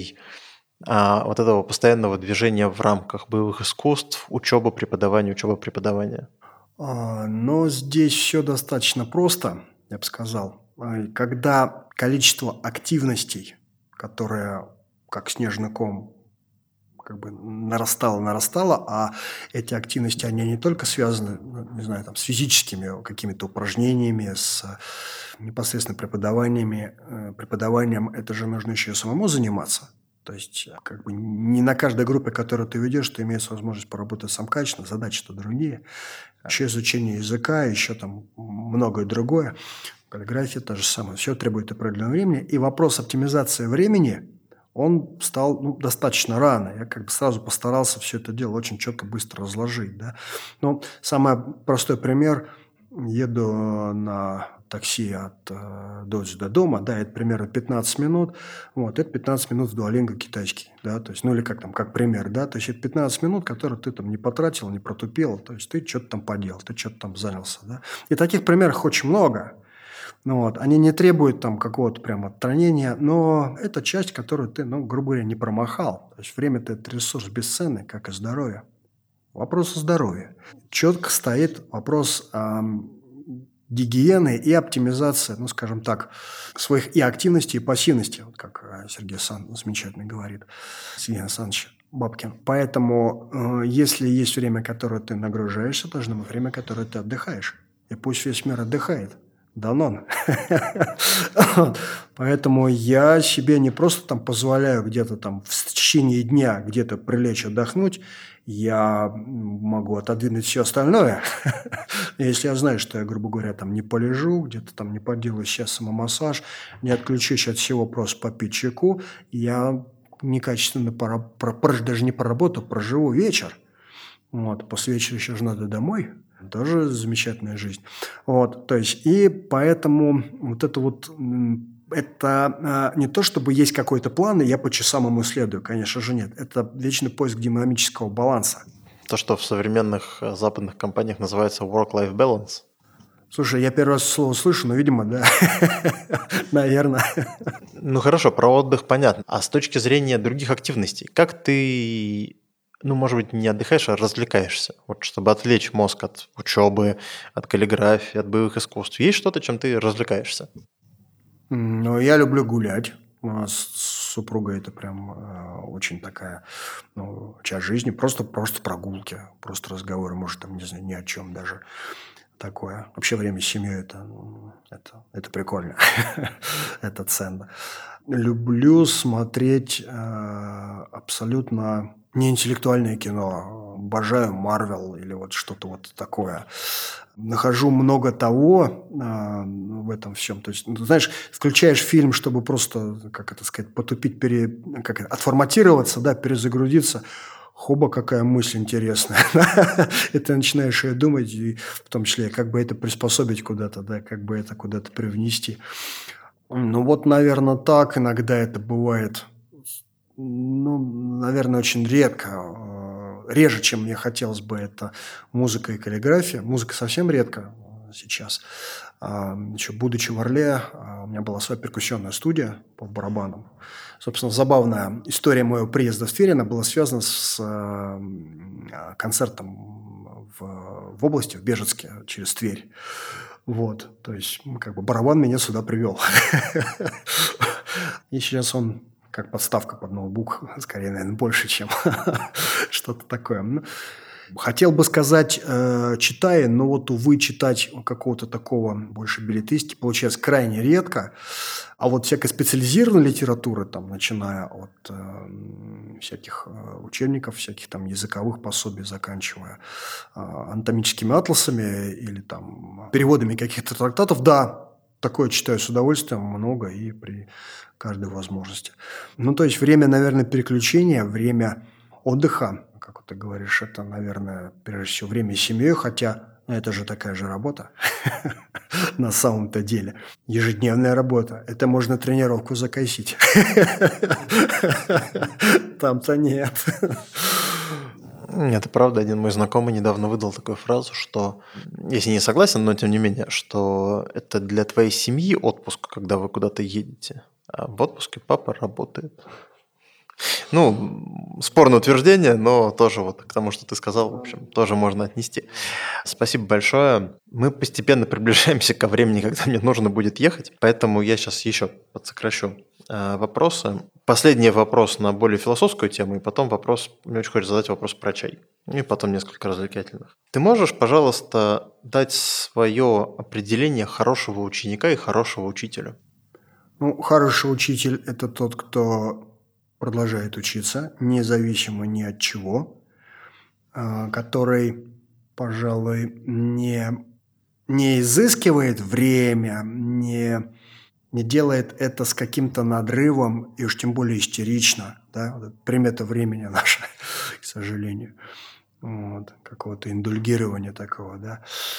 этого постоянного движения в рамках боевых искусств, учеба, преподавания. Но здесь все достаточно просто, я бы сказал. Когда количество активностей, которое как снежный ком как бы нарастало, а эти активности, они не только связаны, не знаю, там, с физическими какими-то упражнениями, с непосредственно преподаванием, это же нужно еще и самому заниматься. То есть как бы не на каждой группе, которую ты ведешь, ты имеешь возможность поработать сам качественно, задачи-то другие. Еще изучение языка, еще там многое другое. Каллиграфия та же самая. Все требует определенного времени. И вопрос оптимизации времени, он стал достаточно рано. Я как бы сразу постарался все это дело очень четко, быстро разложить. Да? Но самый простой пример. Еду на такси от дочи до дома, да, это примерно 15 минут. Вот, это 15 минут в дуолинго китайский, да, то есть, или как там, как пример, да, то есть это 15 минут, которые ты там не потратил, не протупил, то есть ты что-то там поделал, ты что-то там занялся, да. И таких примеров очень много. Ну, вот. Они не требуют там какого-то прям отстранения, но это часть, которую ты, ну, грубо говоря, не промахал. То есть время-то это ресурс бесценный, как и здоровье. Вопрос о здоровье. Четко стоит вопрос гигиены и оптимизации, ну, скажем так, своих и активности, и пассивности, вот как Сергей замечательно говорит, Сергей Александрович Бабкин. Поэтому, если есть время, которое ты нагружаешься, должно быть время, которое ты отдыхаешь. И пусть весь мир отдыхает. Данон. Вот. Поэтому я себе не просто там позволяю где-то там в течение дня где-то прилечь отдохнуть, я могу отодвинуть все остальное. Если я знаю, что я, грубо говоря, там не полежу, где-то там не поделаю сейчас самомассаж, не отключусь от всего, просто попить чайку, я некачественно даже не поработаю, проживу вечер. Вот. После вечера еще же надо домой. Тоже замечательная жизнь. Вот. То есть, и поэтому вот это вот это не то, чтобы есть какой-то план, и я по часам ему следую. Конечно же, нет. Это вечный поиск динамического баланса. То, что в современных западных компаниях называется work-life balance. Слушай, я первый раз слово слышу, но, видимо, да. Наверное. Ну хорошо, про отдых понятно. А с точки зрения других активностей, как ты, ну, может быть, не отдыхаешь, а развлекаешься? Вот чтобы отвлечь мозг от учебы, от каллиграфии, от боевых искусств. Есть что-то, чем ты развлекаешься? Ну, я люблю гулять. У нас с супругой это прям очень такая, ну, часть жизни. Просто прогулки, просто разговоры, может, там, не знаю, ни о чем даже. Такое. Вообще время с семьей это прикольно. Это ценно. Люблю смотреть абсолютно неинтеллектуальное кино. Обожаю Марвел или вот что-то вот такое. Нахожу много того в этом всем. То есть, ну, знаешь, включаешь фильм, чтобы просто, как это сказать, потупить, отформатироваться, да, перезагрузиться. Хоба, какая мысль интересная. И ты начинаешь ее думать, и в том числе, как бы это приспособить куда-то, да, как бы это куда-то привнести. Ну, вот, наверное, так иногда это бывает. Ну, наверное, очень редко. Реже, чем мне хотелось бы, это музыка и каллиграфия. Музыка совсем редко сейчас. Еще будучи в Орле, у меня была своя перкуссионная студия по барабанам. Собственно, забавная история моего приезда в Тверь, она была связана с концертом в области, в Бежецке, через Тверь. Вот, то есть, как бы барабан меня сюда привел. И сейчас он как подставка под ноутбук, скорее, наверное, больше, чем что-то такое. Ну, хотел бы сказать, читая, но вот, увы, читать какого-то такого больше беллетристики получается крайне редко. А вот всякой специализированной литературы, там, начиная от всяких учебников, всяких там языковых пособий, заканчивая анатомическими атласами или там переводами каких-то трактатов, да, такое читаю с удовольствием, много и при каждой возможности. Ну, то есть время, наверное, переключения, время отдыха, как ты говоришь, это, наверное, прежде всего время с семьей, хотя это же такая же работа на самом-то деле. Ежедневная работа. Это можно тренировку закосить. Там-то нет. Это правда. Один мой знакомый недавно выдал такую фразу, что, если не согласен, но тем не менее, что это для твоей семьи отпуск, когда вы куда-то едете, а в отпуске папа работает. Ну, спорное утверждение, но тоже вот к тому, что ты сказал, в общем, тоже можно отнести. Спасибо большое. Мы постепенно приближаемся ко времени, когда мне нужно будет ехать, поэтому я сейчас еще подсокращу вопросы. Последний вопрос на более философскую тему, и потом вопрос, мне очень хочется задать вопрос про чай, и потом несколько развлекательных. Ты можешь, пожалуйста, дать свое определение хорошего ученика и хорошего учителя? Ну, хороший учитель – это тот, кто продолжает учиться, независимо ни от чего, который, пожалуй, не изыскивает время, не делает это с каким-то надрывом и уж тем более истерично. Да? Вот примета времени наша, к сожалению. Вот, какого-то индульгирования такого. Да?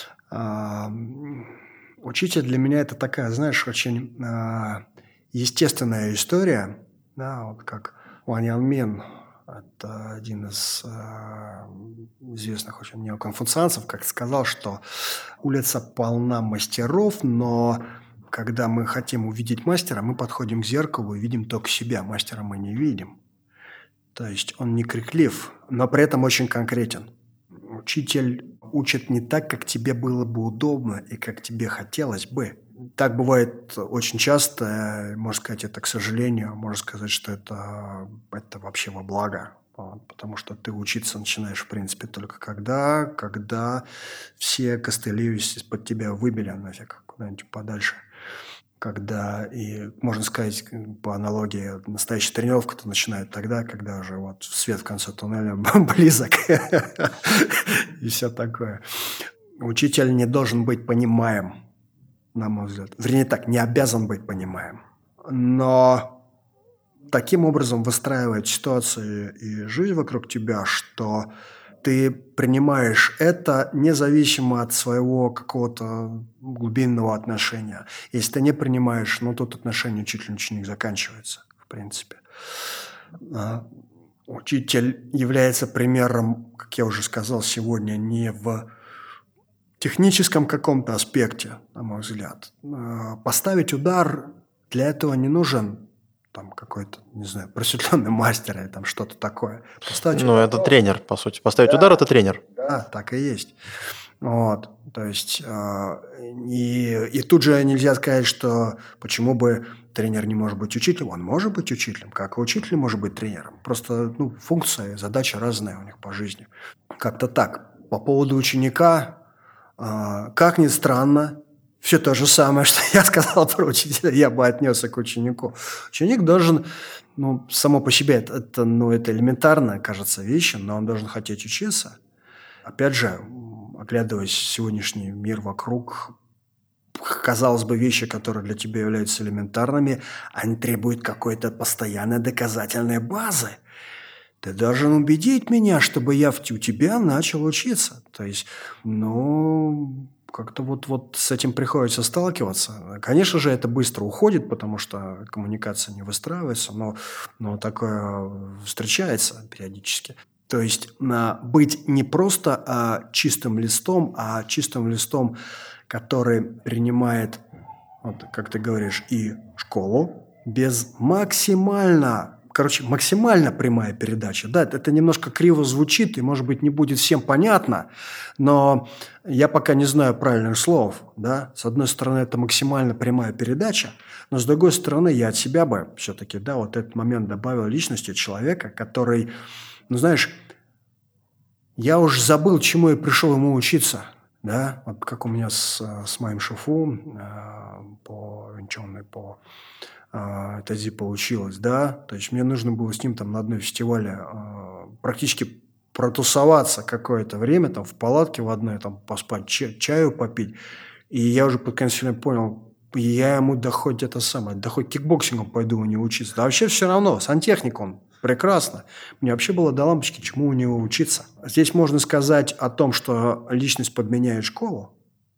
Учитель для меня это такая, знаешь, очень естественная история. Да? Вот как Ван Ян Мен, это один из известных очень неоконфуцианцев, как сказал, что улица полна мастеров, но когда мы хотим увидеть мастера, мы подходим к зеркалу и видим только себя. Мастера мы не видим. То есть он не криклив, но при этом очень конкретен. Учитель учит не так, как тебе было бы удобно и как тебе хотелось бы. Так бывает очень часто, можно сказать, это к сожалению, можно сказать, что это вообще во благо. Потому что ты учиться начинаешь, в принципе, только когда все костыли из-под тебя выбили нафиг куда-нибудь подальше. Когда, и можно сказать, по аналогии, настоящая тренировка-то начинает тогда, когда уже вот свет в конце туннеля близок и все такое. Учитель не должен быть понимаем, на мой взгляд. Вернее так, не обязан быть понимаем. Но таким образом выстраивает ситуацию и жизнь вокруг тебя, что ты принимаешь это независимо от своего какого-то глубинного отношения. Если ты не принимаешь, тут отношения учитель-ученик заканчивается, в принципе. Учитель является примером, как я уже сказал сегодня, не в техническом каком-то аспекте, на мой взгляд. Поставить удар, для этого не нужен там какой-то, не знаю, просветленный мастер или там что-то такое. Это тренер, по сути. Поставить удар – это тренер. Да, так и есть. Вот, то есть, и тут же нельзя сказать, что почему бы тренер не может быть учителем. Он может быть учителем, как и учитель может быть тренером. Просто функция, задача разная у них по жизни. Как-то так. По поводу ученика, как ни странно, все то же самое, что я сказал про учителя, я бы отнесся к ученику. Ученик должен, само по себе, это элементарная, кажется, вещь, но он должен хотеть учиться. Опять же, оглядываясь сегодняшний мир вокруг, казалось бы, вещи, которые для тебя являются элементарными, они требуют какой-то постоянной доказательной базы. Ты должен убедить меня, чтобы я у тебя начал учиться. То есть, как-то вот с этим приходится сталкиваться. Конечно же, это быстро уходит, потому что коммуникация не выстраивается, но такое встречается периодически. То есть быть не просто чистым листом, а чистым листом, который принимает, как ты говоришь, и школу без максимально прямая передача. Да, это немножко криво звучит и, может быть, не будет всем понятно, но я пока не знаю правильных слов. Да? С одной стороны, это максимально прямая передача, но с другой стороны, я от себя бы все-таки, этот момент добавил личности человека, который, я уж забыл, чему я пришел ему учиться. Да? Вот как у меня с моим шефу по венчанной, по ТАЗИ получилось, да, то есть мне нужно было с ним там на одной фестивале практически протусоваться какое-то время, там в палатке в одной, там поспать, чаю попить, и я уже под конец понял, я ему хоть кикбоксингом пойду у него учиться, да вообще все равно, сантехник он, прекрасно, мне вообще было до лампочки, чему у него учиться. Здесь можно сказать о том, что личность подменяет школу,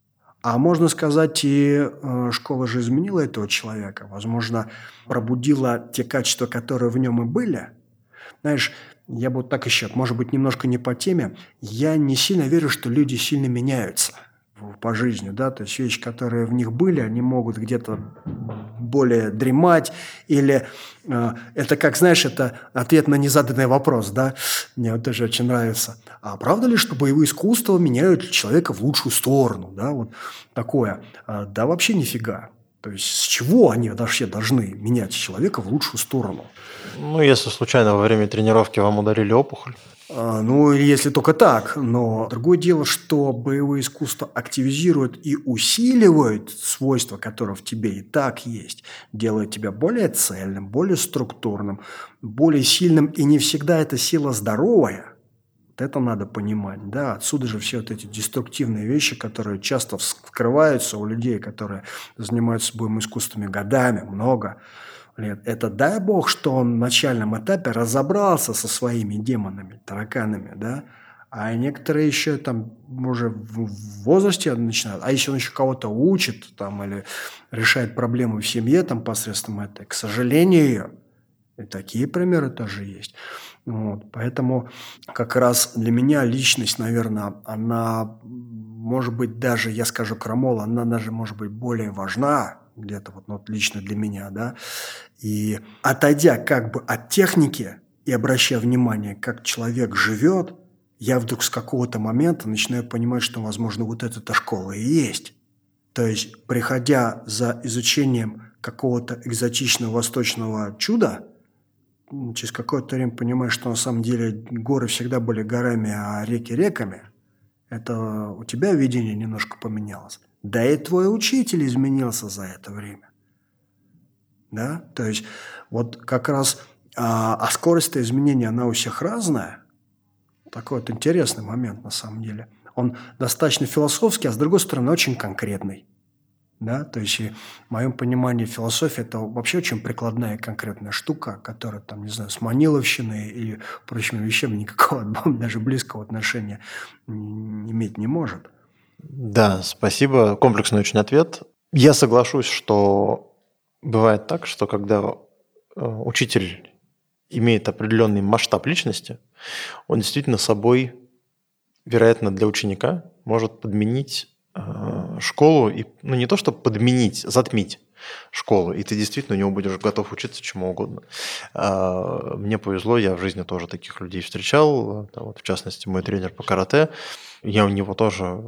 а можно сказать, и школа же изменила этого человека. Возможно, пробудила те качества, которые в нем и были. Знаешь, я бы так еще, может быть, немножко не по теме. Я не сильно верю, что люди сильно меняются по жизни. Да? То есть вещи, которые в них были, они могут где-то более дремать. Или это, как, знаешь, это ответ на незаданный вопрос. Да? Мне вот тоже очень нравится. А правда ли, что боевые искусства меняют человека в лучшую сторону? Да? Вот такое. Да вообще нифига. То есть с чего они вообще должны менять человека в лучшую сторону? Если случайно во время тренировки вам ударили опухоль. Если только так. Но другое дело, что боевое искусство активизирует и усиливает свойства, которые в тебе и так есть. Делает тебя более цельным, более структурным, более сильным. И не всегда эта сила здоровая. Вот это надо понимать. Да? Отсюда же все вот эти деструктивные вещи, которые часто вскрываются у людей, которые занимаются боевыми искусствами годами, много лет. Это дай бог, что он в начальном этапе разобрался со своими демонами, тараканами, да, а некоторые еще там уже в возрасте начинают, а если он еще кого-то учит там или решает проблемы в семье там посредством этой, к сожалению, и такие примеры тоже есть. Поэтому как раз для меня личность, наверное, она может быть даже, я скажу крамола, она даже может быть более важна, где-то вот, ну, вот лично для меня, да. И отойдя как бы от техники и обращая внимание, как человек живет, я вдруг с какого-то момента начинаю понимать, что, возможно, вот эта школа и есть. То есть, приходя за изучением какого-то экзотичного восточного чуда, через какое-то время понимаешь, что на самом деле горы всегда были горами, а реки реками, это у тебя видение немножко поменялось. Да и твой учитель изменился за это время. Да? То есть вот как раз скорость изменения, она у всех разная. Такой вот интересный момент на самом деле. Он достаточно философский, а с другой стороны очень конкретный. Да? То есть и в моем понимании философия – это вообще очень прикладная и конкретная штука, которая, там, не знаю, с маниловщиной и прочими вещами никакого даже близкого отношения иметь не может. Да, спасибо. Комплексный очень ответ. Я соглашусь, что бывает так, что когда учитель имеет определенный масштаб личности, он действительно собой, вероятно, для ученика может подменить школу, и, ну, не то чтобы подменить, затмить школу, и ты действительно у него будешь готов учиться чему угодно. Мне повезло, я в жизни тоже таких людей встречал, вот, в частности, мой тренер по карате, я у него тоже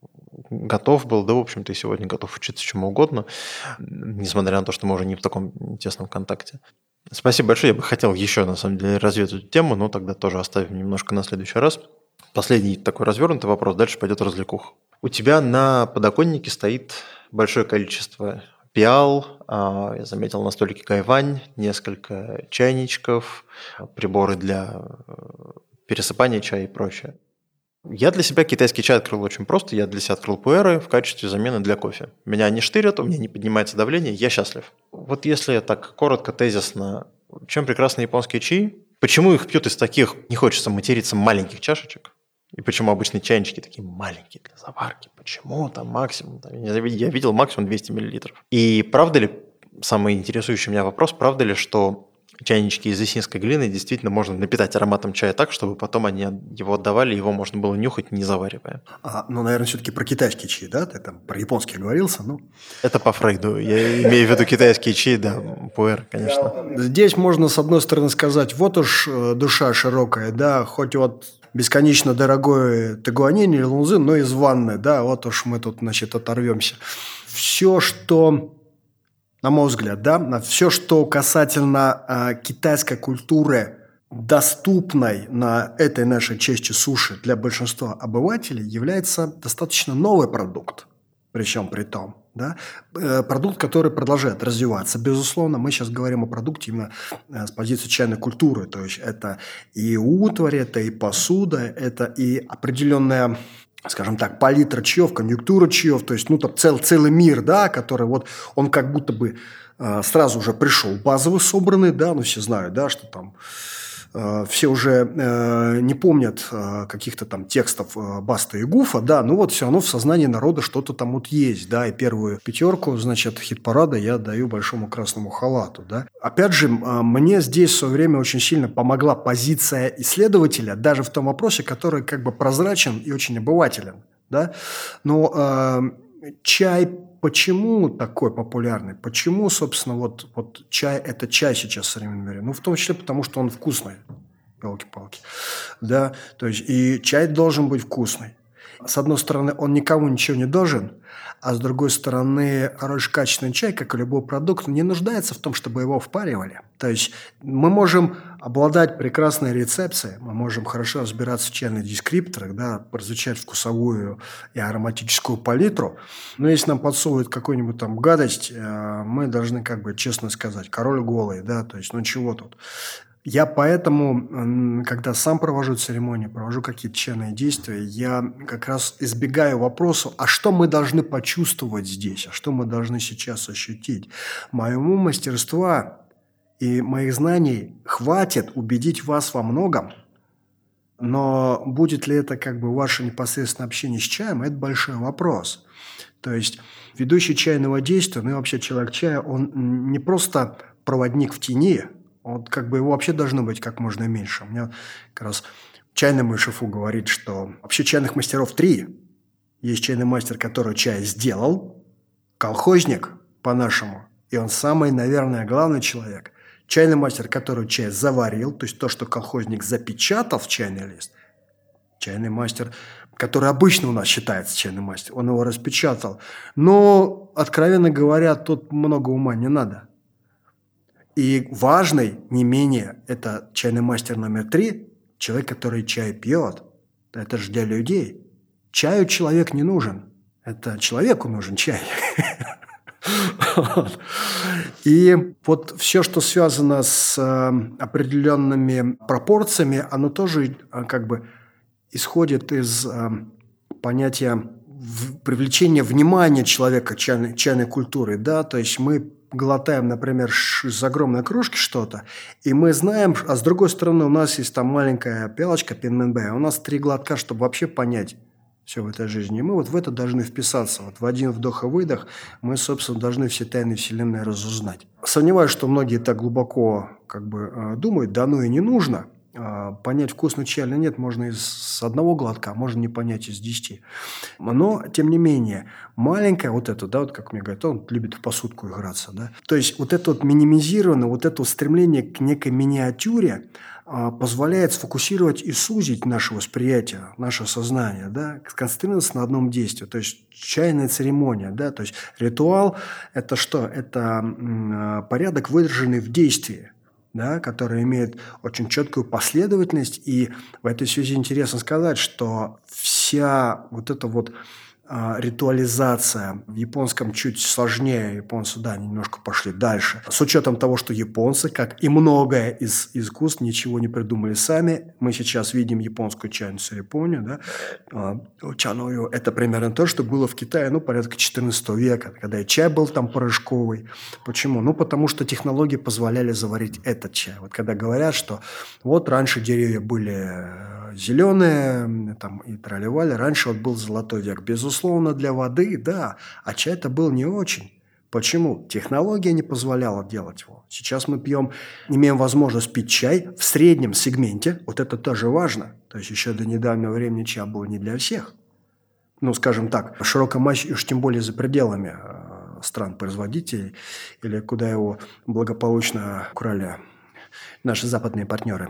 готов был, да, в общем-то, и сегодня готов учиться чему угодно, несмотря на то, что мы уже не в таком тесном контакте. Спасибо большое, я бы хотел еще, на самом деле, развить эту тему, но тогда тоже оставим немножко на следующий раз. Последний такой развернутый вопрос, дальше пойдет развлекуха. У тебя на подоконнике стоит большое количество пиал, я заметил на столике гайвань, несколько чайничков, приборы для пересыпания чая и прочее. Я для себя китайский чай открыл очень просто. Я для себя открыл пуэры в качестве замены для кофе. Меня не штырят, у меня не поднимается давление, я счастлив. Вот если так коротко, тезисно, чем прекрасны японские чаи? Почему их пьют из таких, не хочется материться, маленьких чашечек? И почему обычные чайнички такие маленькие для заварки? Почему там максимум? Я видел максимум 200 мл. И правда ли, самый интересующий меня вопрос, правда ли, что чайнички из исинской глины действительно можно напитать ароматом чая так, чтобы потом они его отдавали, его можно было нюхать, не заваривая? Ну, наверное, все-таки про китайские чаи, да? Ты там про японские говорился, ну. Это по Фрейду. Я имею в виду китайские чаи, да, пуэр, конечно. Здесь можно, с одной стороны, сказать, вот уж душа широкая, да, хоть вот бесконечно дорогой тагуанин или лунзы, но из ванны, да, вот уж мы тут, значит, оторвемся. Все, что, на мой взгляд, да, все, что касательно китайской культуры, доступной на этой нашей части суши для большинства обывателей, является достаточно новый продукт. Причем при том, да, продукт, который продолжает развиваться. Безусловно, мы сейчас говорим о продукте именно с позиции чайной культуры. То есть это и утварь, это и посуда, это и определенная, скажем так, палитра чаев, конъюнктура чаев. То есть, ну, там целый мир, да, который вот он как будто бы сразу уже пришел базовый собранный, да, ну, все знают, да, что там все уже не помнят каких-то там текстов Баста и Гуфа, да, но вот все равно в сознании народа что-то там вот есть, да, и первую пятерку, значит, хит-парада я даю большому красному халату, да. Опять же, мне здесь в свое время очень сильно помогла позиция исследователя, даже в том вопросе, который как бы прозрачен и очень обывателен, да, но чай почему такой популярный? Почему, собственно, вот чай – это чай сейчас в современном мире? Ну, в том числе потому, что он вкусный. Елки-палки. Да, то есть и чай должен быть вкусный. С одной стороны, он никому ничего не должен, а с другой стороны, хороший качественный чай, как и любой продукт, не нуждается в том, чтобы его впаривали. То есть мы можем обладать прекрасной рецепцией, мы можем хорошо разбираться в чайных дескрипторах, да, изучать вкусовую и ароматическую палитру, но если нам подсовывают какую-нибудь там гадость, мы должны как бы честно сказать, король голый, да, то есть ну чего тут. Я поэтому, когда сам провожу церемонии, провожу какие-то чайные действия, я как раз избегаю вопроса, а что мы должны почувствовать здесь, а что мы должны сейчас ощутить. Моему мастерства и моих знаний хватит убедить вас во многом, но будет ли это как бы ваше непосредственное общение с чаем, это большой вопрос. То есть ведущий чайного действия, ну и вообще человек чая, он не просто проводник в тени, вот как бы его вообще должно быть как можно меньше. У меня как раз чайный мой шефу говорит, что вообще чайных мастеров 3. Есть чайный мастер, который чай сделал, колхозник по-нашему. И он самый, наверное, главный человек. Чайный мастер, который чай заварил, то есть то, что колхозник запечатал в чайный лист, чайный мастер, который обычно у нас считается чайный мастер, он его распечатал. Но, откровенно говоря, тут много ума не надо. И важный, не менее, это чайный мастер номер 3, человек, который чай пьет. Это же для людей. Чаю человек не нужен. Это человеку нужен чай. И вот все, что связано с определенными пропорциями, оно тоже как бы исходит из понятия привлечения внимания человека чайной культуры. Да? То есть мы глотаем, например, из огромной кружки что-то, и мы знаем, а с другой стороны у нас есть там маленькая пиалочка пинменбэ, у нас 3 глотка, чтобы вообще понять все в этой жизни. И мы вот в это должны вписаться. Вот в один вдох и выдох мы, собственно, должны все тайны Вселенной разузнать. Сомневаюсь, что многие так глубоко как бы думают, да ну и не нужно. Понять, вкусный чай или нет, можно из одного глотка, можно не понять из 10. Но, тем не менее, маленькая вот это, да, вот как мне говорят, он любит в посудку играться, да. То есть вот это вот минимизированное, вот это вот стремление к некой миниатюре позволяет сфокусировать и сузить наше восприятие, наше сознание, да, сконцентрироваться на одном действии. То есть чайная церемония, да, то есть ритуал – это что? Это порядок, выдержанный в действии, да, который имеет очень четкую последовательность. И в этой связи интересно сказать, что вся вот эта вот ритуализация в японском чуть сложнее. Японцы, да, немножко пошли дальше. С учетом того, что японцы, как и многое из искусств, ничего не придумали сами. Мы сейчас видим японскую чайную церемонию, да, чаною. Это примерно то, что было в Китае, ну, порядка 14 века, когда и чай был там порошковый. Почему? Ну, потому что технологии позволяли заварить этот чай. Вот когда говорят, что вот раньше деревья были зеленые, там, и проливали, раньше вот был золотой век. Безусловно, для воды, да, а чай-то был не очень. Почему? Технология не позволяла делать его. Сейчас мы имеем возможность пить чай в среднем сегменте, вот это тоже важно. То есть еще до недавнего времени чай был не для всех. Ну, скажем так, широкой массе, уж тем более за пределами стран-производителей, или куда его благополучно украли наши западные партнеры.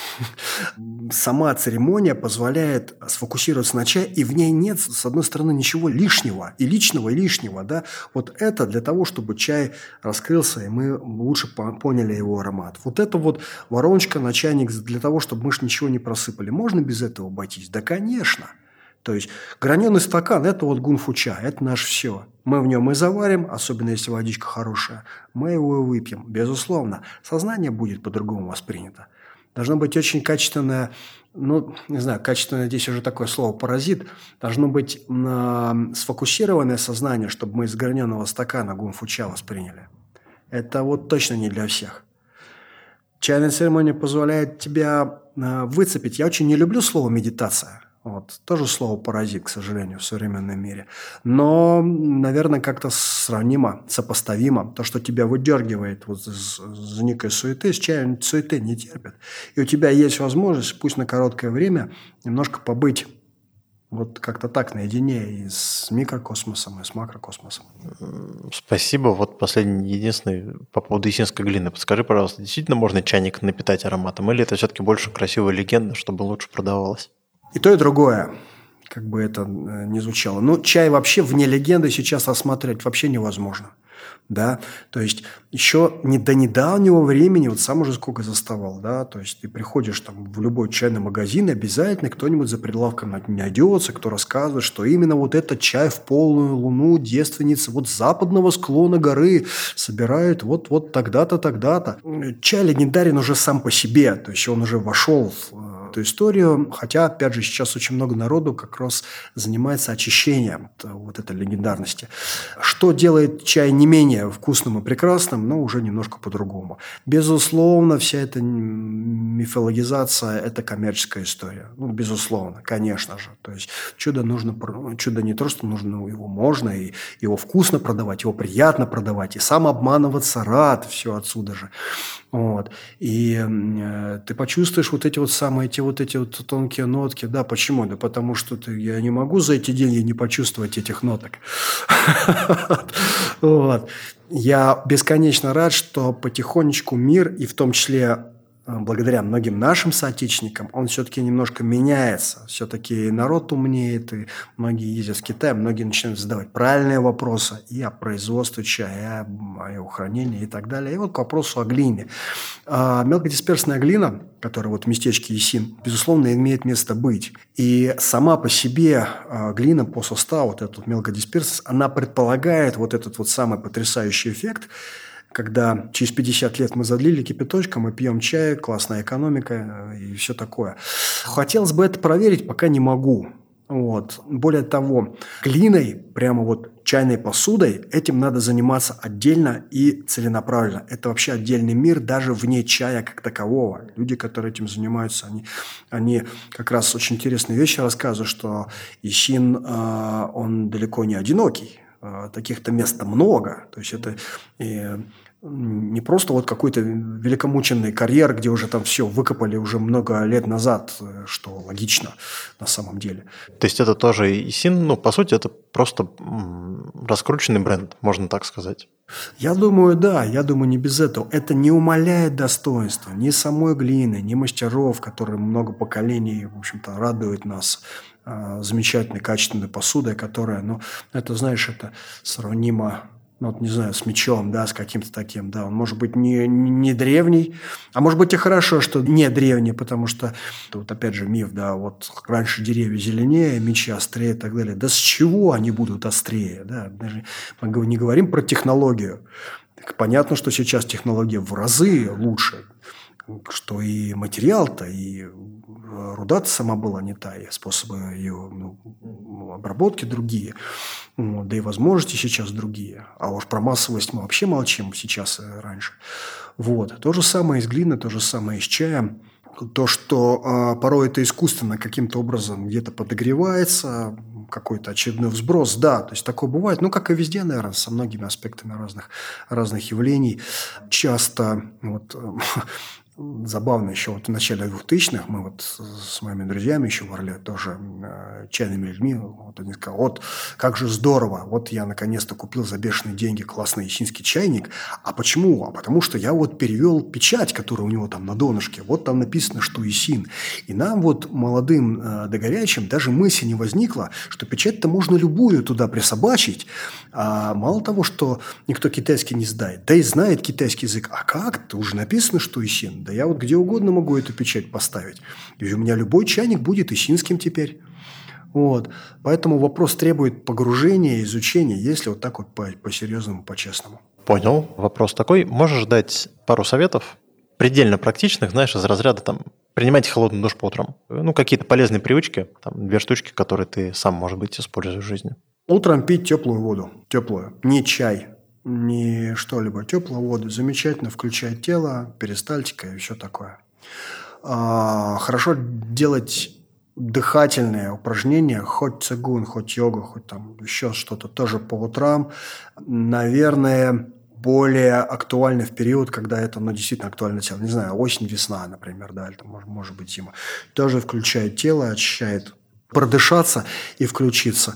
Сама церемония позволяет сфокусироваться на чае, и в ней нет, с одной стороны, ничего лишнего, и лишнего, да. Вот это для того, чтобы чай раскрылся, и мы лучше поняли его аромат. Вот это вот вороночка на чайник для того, чтобы мы ничего не просыпали. Можно без этого обойтись? Да, конечно. То есть граненый стакан – это вот гунфу-чай, это наше все. Мы в нем и заварим, особенно если водичка хорошая, мы его и выпьем. Безусловно, сознание будет по-другому воспринято. Должно быть очень качественное, ну, не знаю, качественное здесь уже такое слово «паразит». Должно быть сфокусированное сознание, чтобы мы из граненого стакана гунфу-ча восприняли. Это вот точно не для всех. Чайная церемония позволяет тебя выцепить. Я очень не люблю слово «медитация». Вот. Тоже слово «паразит», к сожалению, в современном мире. Но, наверное, как-то сравнимо, сопоставимо. То, что тебя выдергивает вот из некой суеты, с чаем суеты не терпят. И у тебя есть возможность, пусть на короткое время, немножко побыть вот как-то так наедине и с микрокосмосом, и с макрокосмосом. Спасибо. Вот последний, единственный по поводу ясинской глины. Подскажи, пожалуйста, действительно можно чайник напитать ароматом? Или это все-таки больше красивая легенда, чтобы лучше продавалось? И то, и другое, как бы это ни звучало. Но чай вообще вне легенды сейчас осмотреть вообще невозможно. Да? То есть еще до недавнего времени, вот сам уже сколько заставал, да, то есть ты приходишь там в любой чайный магазин, обязательно кто-нибудь за прилавком найдется, кто рассказывает, что именно вот этот чай в полную луну девственницы вот с западного склона горы собирают вот тогда-то, тогда-то. Чай легендарен уже сам по себе, то есть он уже вошел в эту историю, хотя, опять же, сейчас очень много народу как раз занимается очищением вот этой легендарности. Что делает чай не менее вкусным и прекрасным, но уже немножко по-другому. Безусловно, вся эта мифологизация – это коммерческая история. Ну, безусловно, конечно же. То есть чудо не то, что нужно, его можно, и его вкусно продавать, его приятно продавать, и сам обманываться рад, все отсюда же. Вот. И ты почувствуешь вот эти вот самые эти вот эти вот тонкие нотки. Да, почему? Да потому что я не могу за эти деньги не почувствовать этих ноток. Вот. Я бесконечно рад, что потихонечку мир, и в том числе благодаря многим нашим соотечественникам, он все-таки немножко меняется. Все-таки народ умнеет, и многие ездят в Китай, многие начинают задавать правильные вопросы и о производстве чая, и о его хранении и так далее. И вот к вопросу о глине. Мелкодисперсная глина, которая вот в местечке Исин, безусловно, имеет место быть. И сама по себе глина по составу, вот эта мелкодисперсность, она предполагает вот этот вот самый потрясающий эффект, когда через 50 лет мы залили кипяточком, мы пьем чай, классная экономика и все такое. Хотелось бы это проверить, пока не могу. Вот. Более того, глиной, прямо вот чайной посудой, этим надо заниматься отдельно и целенаправленно. Это вообще отдельный мир, даже вне чая как такового. Люди, которые этим занимаются, они как раз очень интересные вещи рассказывают, что Исин, он далеко не одинокий. Таких-то мест много. То есть это не просто вот какой-то великомученный карьер, где уже там все выкопали уже много лет назад, что логично на самом деле. То есть это тоже Исин, ну, по сути, это просто раскрученный бренд, можно так сказать. Я думаю, да, я думаю, не без этого. Это не умаляет достоинства ни самой глины, ни мастеров, которые много поколений, в общем-то, радуют нас замечательной, качественной посудой, которая, ну, это, знаешь, это сравнимо, ну, вот, не знаю, с мечом, да, с каким-то таким, да, он может быть не древний, а может быть и хорошо, что не древний, потому что, вот опять же миф, да, вот раньше деревья зеленее, мечи острее и так далее. Да с чего они будут острее, да, даже мы не говорим про технологию. Так понятно, что сейчас технология в разы лучше, что и материал-то, и руда-то сама была не та, и способы ее обработки другие, да и возможности сейчас другие. А уж про массовость мы вообще молчим сейчас и раньше. Вот. То же самое из глины, то же самое из чая. То, что порой это искусственно каким-то образом где-то подогревается, какой-то очередной взброс, да, то есть такое бывает, ну, как и везде, наверное, со многими аспектами разных явлений. Часто вот забавно еще вот в начале 2000-х мы вот с моими друзьями еще в Орле тоже чайными людьми, вот они сказали, вот как же здорово, вот я наконец-то купил за бешеные деньги классный исинский чайник. А почему? А потому что я вот перевел печать, которая у него там на донышке, вот там написано, что Исин. И нам вот молодым да горячим даже мысли не возникло, что печать-то можно любую туда присобачить. А мало того, что никто китайский не знает, да и знает китайский язык. А как? Тут уже написано, что Исин. Да я вот где угодно могу эту печать поставить. И у меня любой чайник будет исинским теперь. Вот. Поэтому вопрос требует погружения, изучения, если вот так вот по-серьезному, по-честному. Понял. Вопрос такой. Можешь дать пару советов, предельно практичных, знаешь, из разряда там принимайте холодный душ по утрам. Ну, какие-то полезные привычки, там 2 штучки, которые ты сам, может быть, используешь в жизни. Утром пить теплую воду. Теплую. Не чай. Не что-либо, теплую воду, замечательно включает тело, перистальтика и все такое. Хорошо делать дыхательные упражнения, хоть цигун, хоть йога, хоть там еще что-то, тоже по утрам. Наверное, более актуально в период, когда это действительно актуально тело. Не знаю, осень, весна, например, да, или там, может быть зима. Тоже включает тело, очищает. Продышаться и включиться.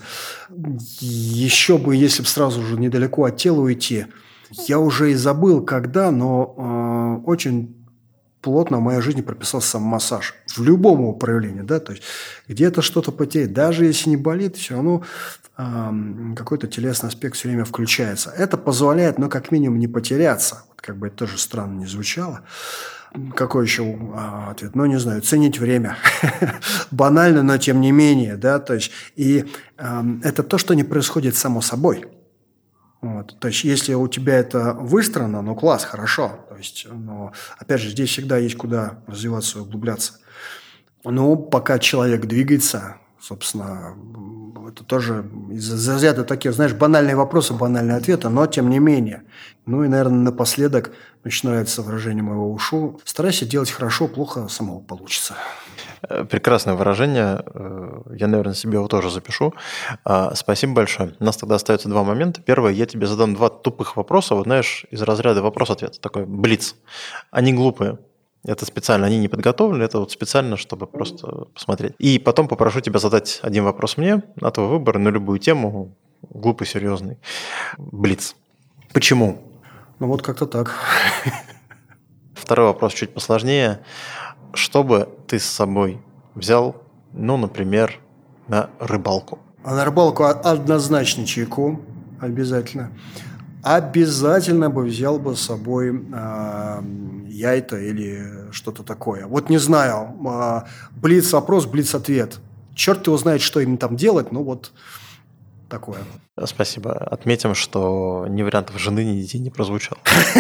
Еще бы, если бы сразу же недалеко от тела уйти. Я уже и забыл, когда, но очень плотно в моей жизни прописался сам массаж. В любом его проявлении, да, то есть где-то что-то потерять. Даже если не болит, все равно какой-то телесный аспект все время включается. Это позволяет, ну, как минимум, не потеряться. Вот как бы это тоже странно не звучало. Какой еще ответ? Ну, не знаю, ценить время. Банально, но тем не менее, да, то есть, и это то, что не происходит само собой. Вот. То есть, если у тебя это выстроено, ну, класс, хорошо. То есть, но, опять же, здесь всегда есть куда развиваться и углубляться. Но пока человек двигается, собственно, это тоже из разряда таких, знаешь, банальные вопросы, банальные ответы, но тем не менее. Ну и, наверное, напоследок, начинается выражение моего ушу, старайся делать хорошо, плохо самого получится. Прекрасное выражение. Я, наверное, себе его тоже запишу. Спасибо большое. У нас тогда остается 2 момента. Первое, я тебе задам 2 тупых вопроса. Вот знаешь, из разряда вопрос-ответ. Такой блиц. Они глупые. Это специально, они не подготовлены, это вот специально, чтобы просто посмотреть. И потом попрошу тебя задать один вопрос мне, на твой выбор, на любую тему, глупый, серьезный. Блиц. Почему? Ну вот как-то так. Второй вопрос чуть посложнее. Что бы ты с собой взял, ну, например, на рыбалку? А на рыбалку однозначно чайку, обязательно. Обязательно бы взял бы с собой яйца или что-то такое. Вот не знаю, блиц-вопрос, блиц-ответ. Черт его знает, что им там делать, ну вот такое. Спасибо. Отметим, что ни вариантов жены, ни детей не прозвучало.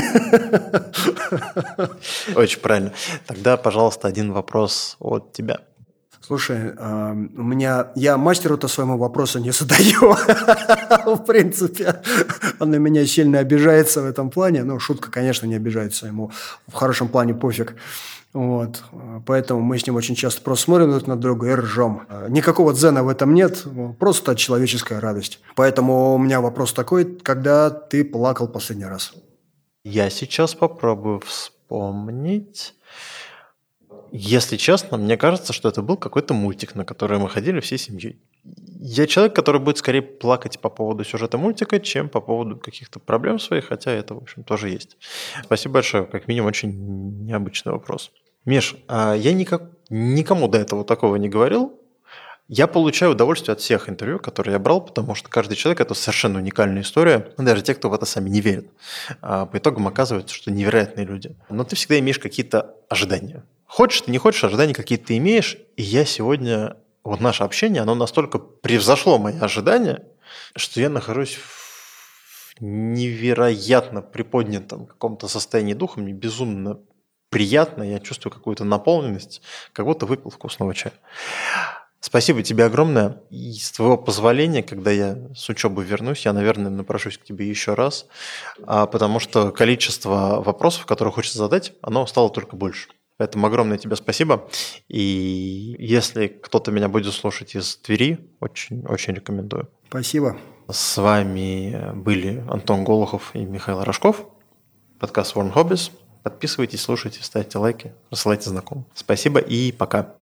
Очень правильно. Тогда, пожалуйста, один вопрос от тебя. Слушай, я мастеру-то своему вопросу не задаю. В принципе, он на меня сильно обижается в этом плане. Ну, шутка, конечно, не обижается. Ему в хорошем плане пофиг. Вот. Поэтому мы с ним очень часто просто смотрим друг на друга и ржем. Никакого дзена в этом нет, просто человеческая радость. Поэтому у меня вопрос такой: когда ты плакал последний раз? Я сейчас попробую вспомнить. Если честно, мне кажется, что это был какой-то мультик, на который мы ходили всей семьей. Я человек, который будет скорее плакать по поводу сюжета мультика, чем по поводу каких-то проблем своих, хотя это, в общем, тоже есть. Спасибо большое. Как минимум, очень необычный вопрос. Миш, я никому до этого такого не говорил. Я получаю удовольствие от всех интервью, которые я брал, потому что каждый человек – это совершенно уникальная история. Даже те, кто в это сами не верят. По итогам оказывается, что невероятные люди. Но ты всегда имеешь какие-то ожидания. Хочешь ты, не хочешь, ожидания какие-то ты имеешь. И я сегодня, вот наше общение, оно настолько превзошло мои ожидания, что я нахожусь в невероятно приподнятом каком-то состоянии духа. Мне безумно приятно, я чувствую какую-то наполненность, как будто выпил вкусного чая. Спасибо тебе огромное. И с твоего позволения, когда я с учебы вернусь, я, наверное, напрошусь к тебе еще раз, потому что количество вопросов, которые хочется задать, оно стало только больше. Поэтому огромное тебе спасибо. И если кто-то меня будет слушать из Твери, очень рекомендую. Спасибо. С вами были Антон Голухов и Михаил Рожков. Подкаст Warm Hobbies. Подписывайтесь, слушайте, ставьте лайки, рассылайте знакомым. Спасибо и пока.